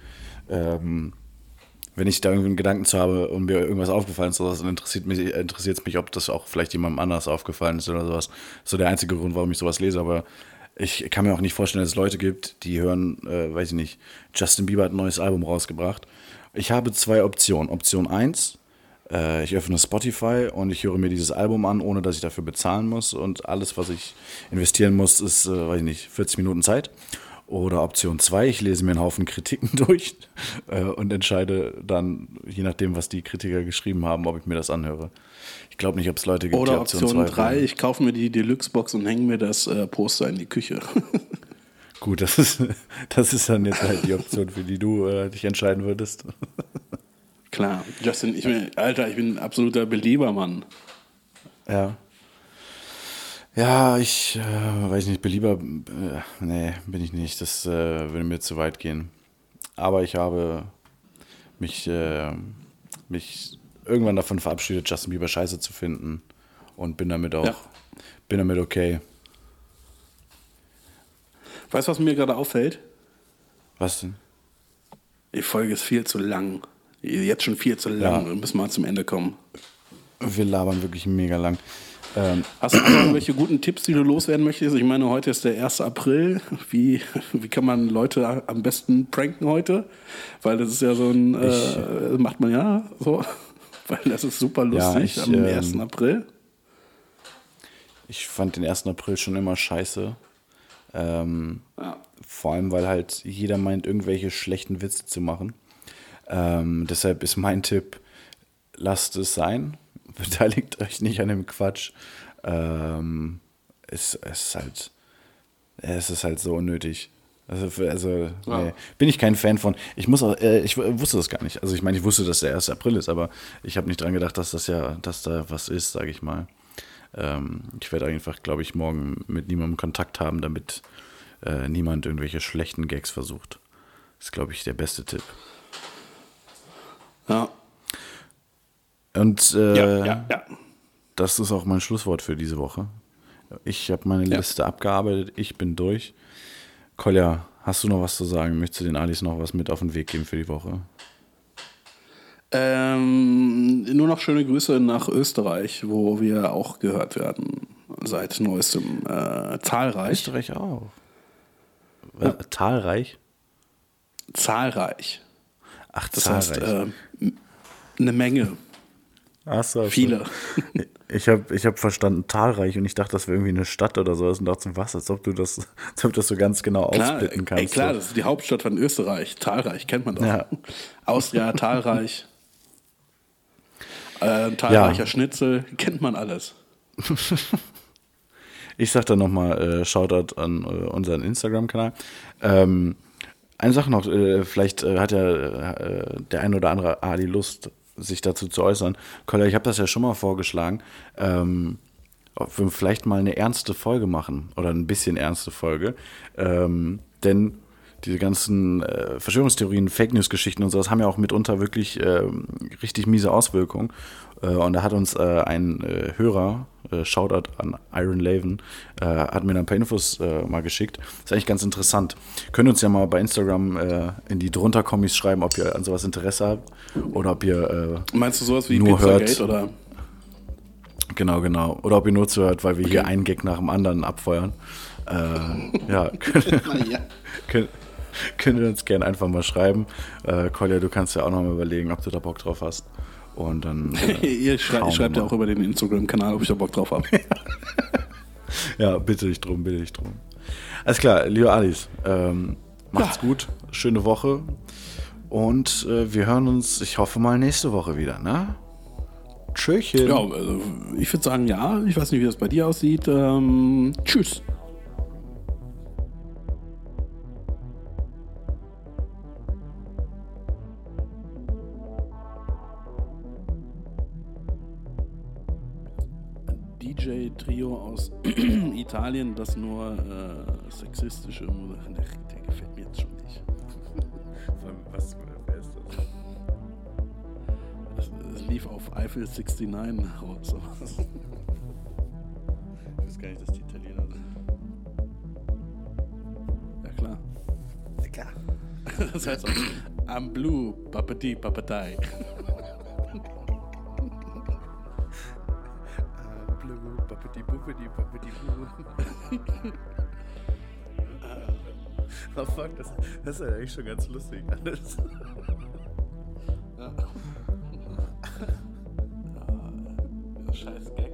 wenn ich da irgendwie einen Gedanken zu habe und mir irgendwas aufgefallen ist, dann interessiert es mich, ob das auch vielleicht jemandem anders aufgefallen ist oder sowas. Das ist so der einzige Grund, warum ich sowas lese, aber ich kann mir auch nicht vorstellen, dass es Leute gibt, die hören, weiß ich nicht, Justin Bieber hat ein neues Album rausgebracht. Ich habe 2 Optionen. Option 1, ich öffne Spotify und ich höre mir dieses Album an, ohne dass ich dafür bezahlen muss und alles, was ich investieren muss, ist, weiß ich nicht, 40 Minuten Zeit. Oder Option 2, ich lese mir einen Haufen Kritiken durch und entscheide dann, je nachdem, was die Kritiker geschrieben haben, ob ich mir das anhöre. Ich glaube nicht, ob es Leute gibt, die Option 3, ich kaufe mir die Deluxe-Box und hänge mir das Poster in die Küche. Gut, das ist dann jetzt halt die Option, für die du dich entscheiden würdest. Klar, Justin, ich bin ein absoluter Belieber, Mann. Ja. Ja, ich weiß nicht, Belieber, nee, bin ich nicht. Das würde mir zu weit gehen. Aber ich habe mich irgendwann davon verabschiedet, Justin Bieber scheiße zu finden und bin damit okay. Weißt du, was mir gerade auffällt? Was denn? Die Folge ist viel zu lang. Jetzt schon viel zu lang. Wir müssen mal zum Ende kommen. Wir labern wirklich mega lang. Hast du irgendwelche guten Tipps, die du loswerden möchtest? Ich meine, heute ist der 1. April. Wie kann man Leute am besten pranken heute? Weil das ist ja so macht man ja so. Weil das ist super lustig am 1. April. Ich fand den 1. April schon immer scheiße. Vor allem, weil halt jeder meint, irgendwelche schlechten Witze zu machen. Deshalb ist mein Tipp, lasst es sein. Beteiligt euch nicht an dem Quatsch. Es ist halt so unnötig. Nee, bin ich kein Fan von. Ich wusste das gar nicht. Also ich meine, ich wusste, dass der 1. April ist, aber ich habe nicht dran gedacht, dass da was ist, sage ich mal. Ich werde einfach, glaube ich, morgen mit niemandem Kontakt haben, damit niemand irgendwelche schlechten Gags versucht. Das ist, glaube ich, der beste Tipp. Ja. Und das ist auch mein Schlusswort für diese Woche. Ich habe meine Liste abgearbeitet. Ich bin durch. Kolja, hast du noch was zu sagen? Möchtest du den Alis noch was mit auf den Weg geben für die Woche? Nur noch schöne Grüße nach Österreich, wo wir auch gehört werden. Seit neuestem zahlreich. Österreich auch. Ja. Zahlreich? Zahlreich. Ach, das zahlreich. heißt, eine Menge. Ach so. Viele. Ich hab verstanden, Talreich, und ich dachte, das wäre irgendwie eine Stadt oder sowas und dachte, was, als ob du das so ganz genau aufsplitten kannst. Klar, das ist die Hauptstadt von Österreich. Talreich, kennt man doch. Ja. Austria, Talreich. Talreicher Schnitzel, kennt man alles. Ich sag dann nochmal Shoutout an unseren Instagram-Kanal. Eine Sache noch, vielleicht hat ja der ein oder andere Ali Lust, sich dazu zu äußern. Kolja, ich habe das ja schon mal vorgeschlagen, ob wir vielleicht mal eine ernste Folge machen oder ein bisschen ernste Folge, denn diese ganzen Verschwörungstheorien, Fake-News-Geschichten und sowas haben ja auch mitunter wirklich richtig miese Auswirkungen. Und da hat uns ein Hörer, Shoutout an Iron Laven, hat mir dann ein paar Infos mal geschickt. Das ist eigentlich ganz interessant. Könnt ihr uns ja mal bei Instagram in die Drunter-Kommis schreiben, ob ihr an sowas Interesse habt oder ob ihr meinst du sowas wie nur Pizzagate hört, oder? Genau. Oder ob ihr nur zuhört, weil wir hier einen Gag nach dem anderen abfeuern. Könnt ihr uns gerne einfach mal schreiben. Kolja, du kannst ja auch noch mal überlegen, ob du da Bock drauf hast. Und dann ihr schreibt ja auch über den Instagram-Kanal, ob ich da Bock drauf habe. Ja, bitte dich drum. Alles klar, liebe Alis, macht's gut, schöne Woche und wir hören uns, ich hoffe mal, nächste Woche wieder, ne? Tschüsschen. Ja, also ich würde sagen, ja, ich weiß nicht, wie das bei dir aussieht. Tschüss. DJ-Trio aus Italien, das nur sexistische Musik. Der gefällt mir jetzt schon nicht. Was wer ist das? Es lief auf Eiffel 69 raus. Ich weiß gar nicht, dass die Italiener sind. Ja, klar. Das heißt auch I'm blue, papati, papatai. Oh fuck, das ist ja eigentlich schon ganz lustig alles. Ja. Scheiß Gag.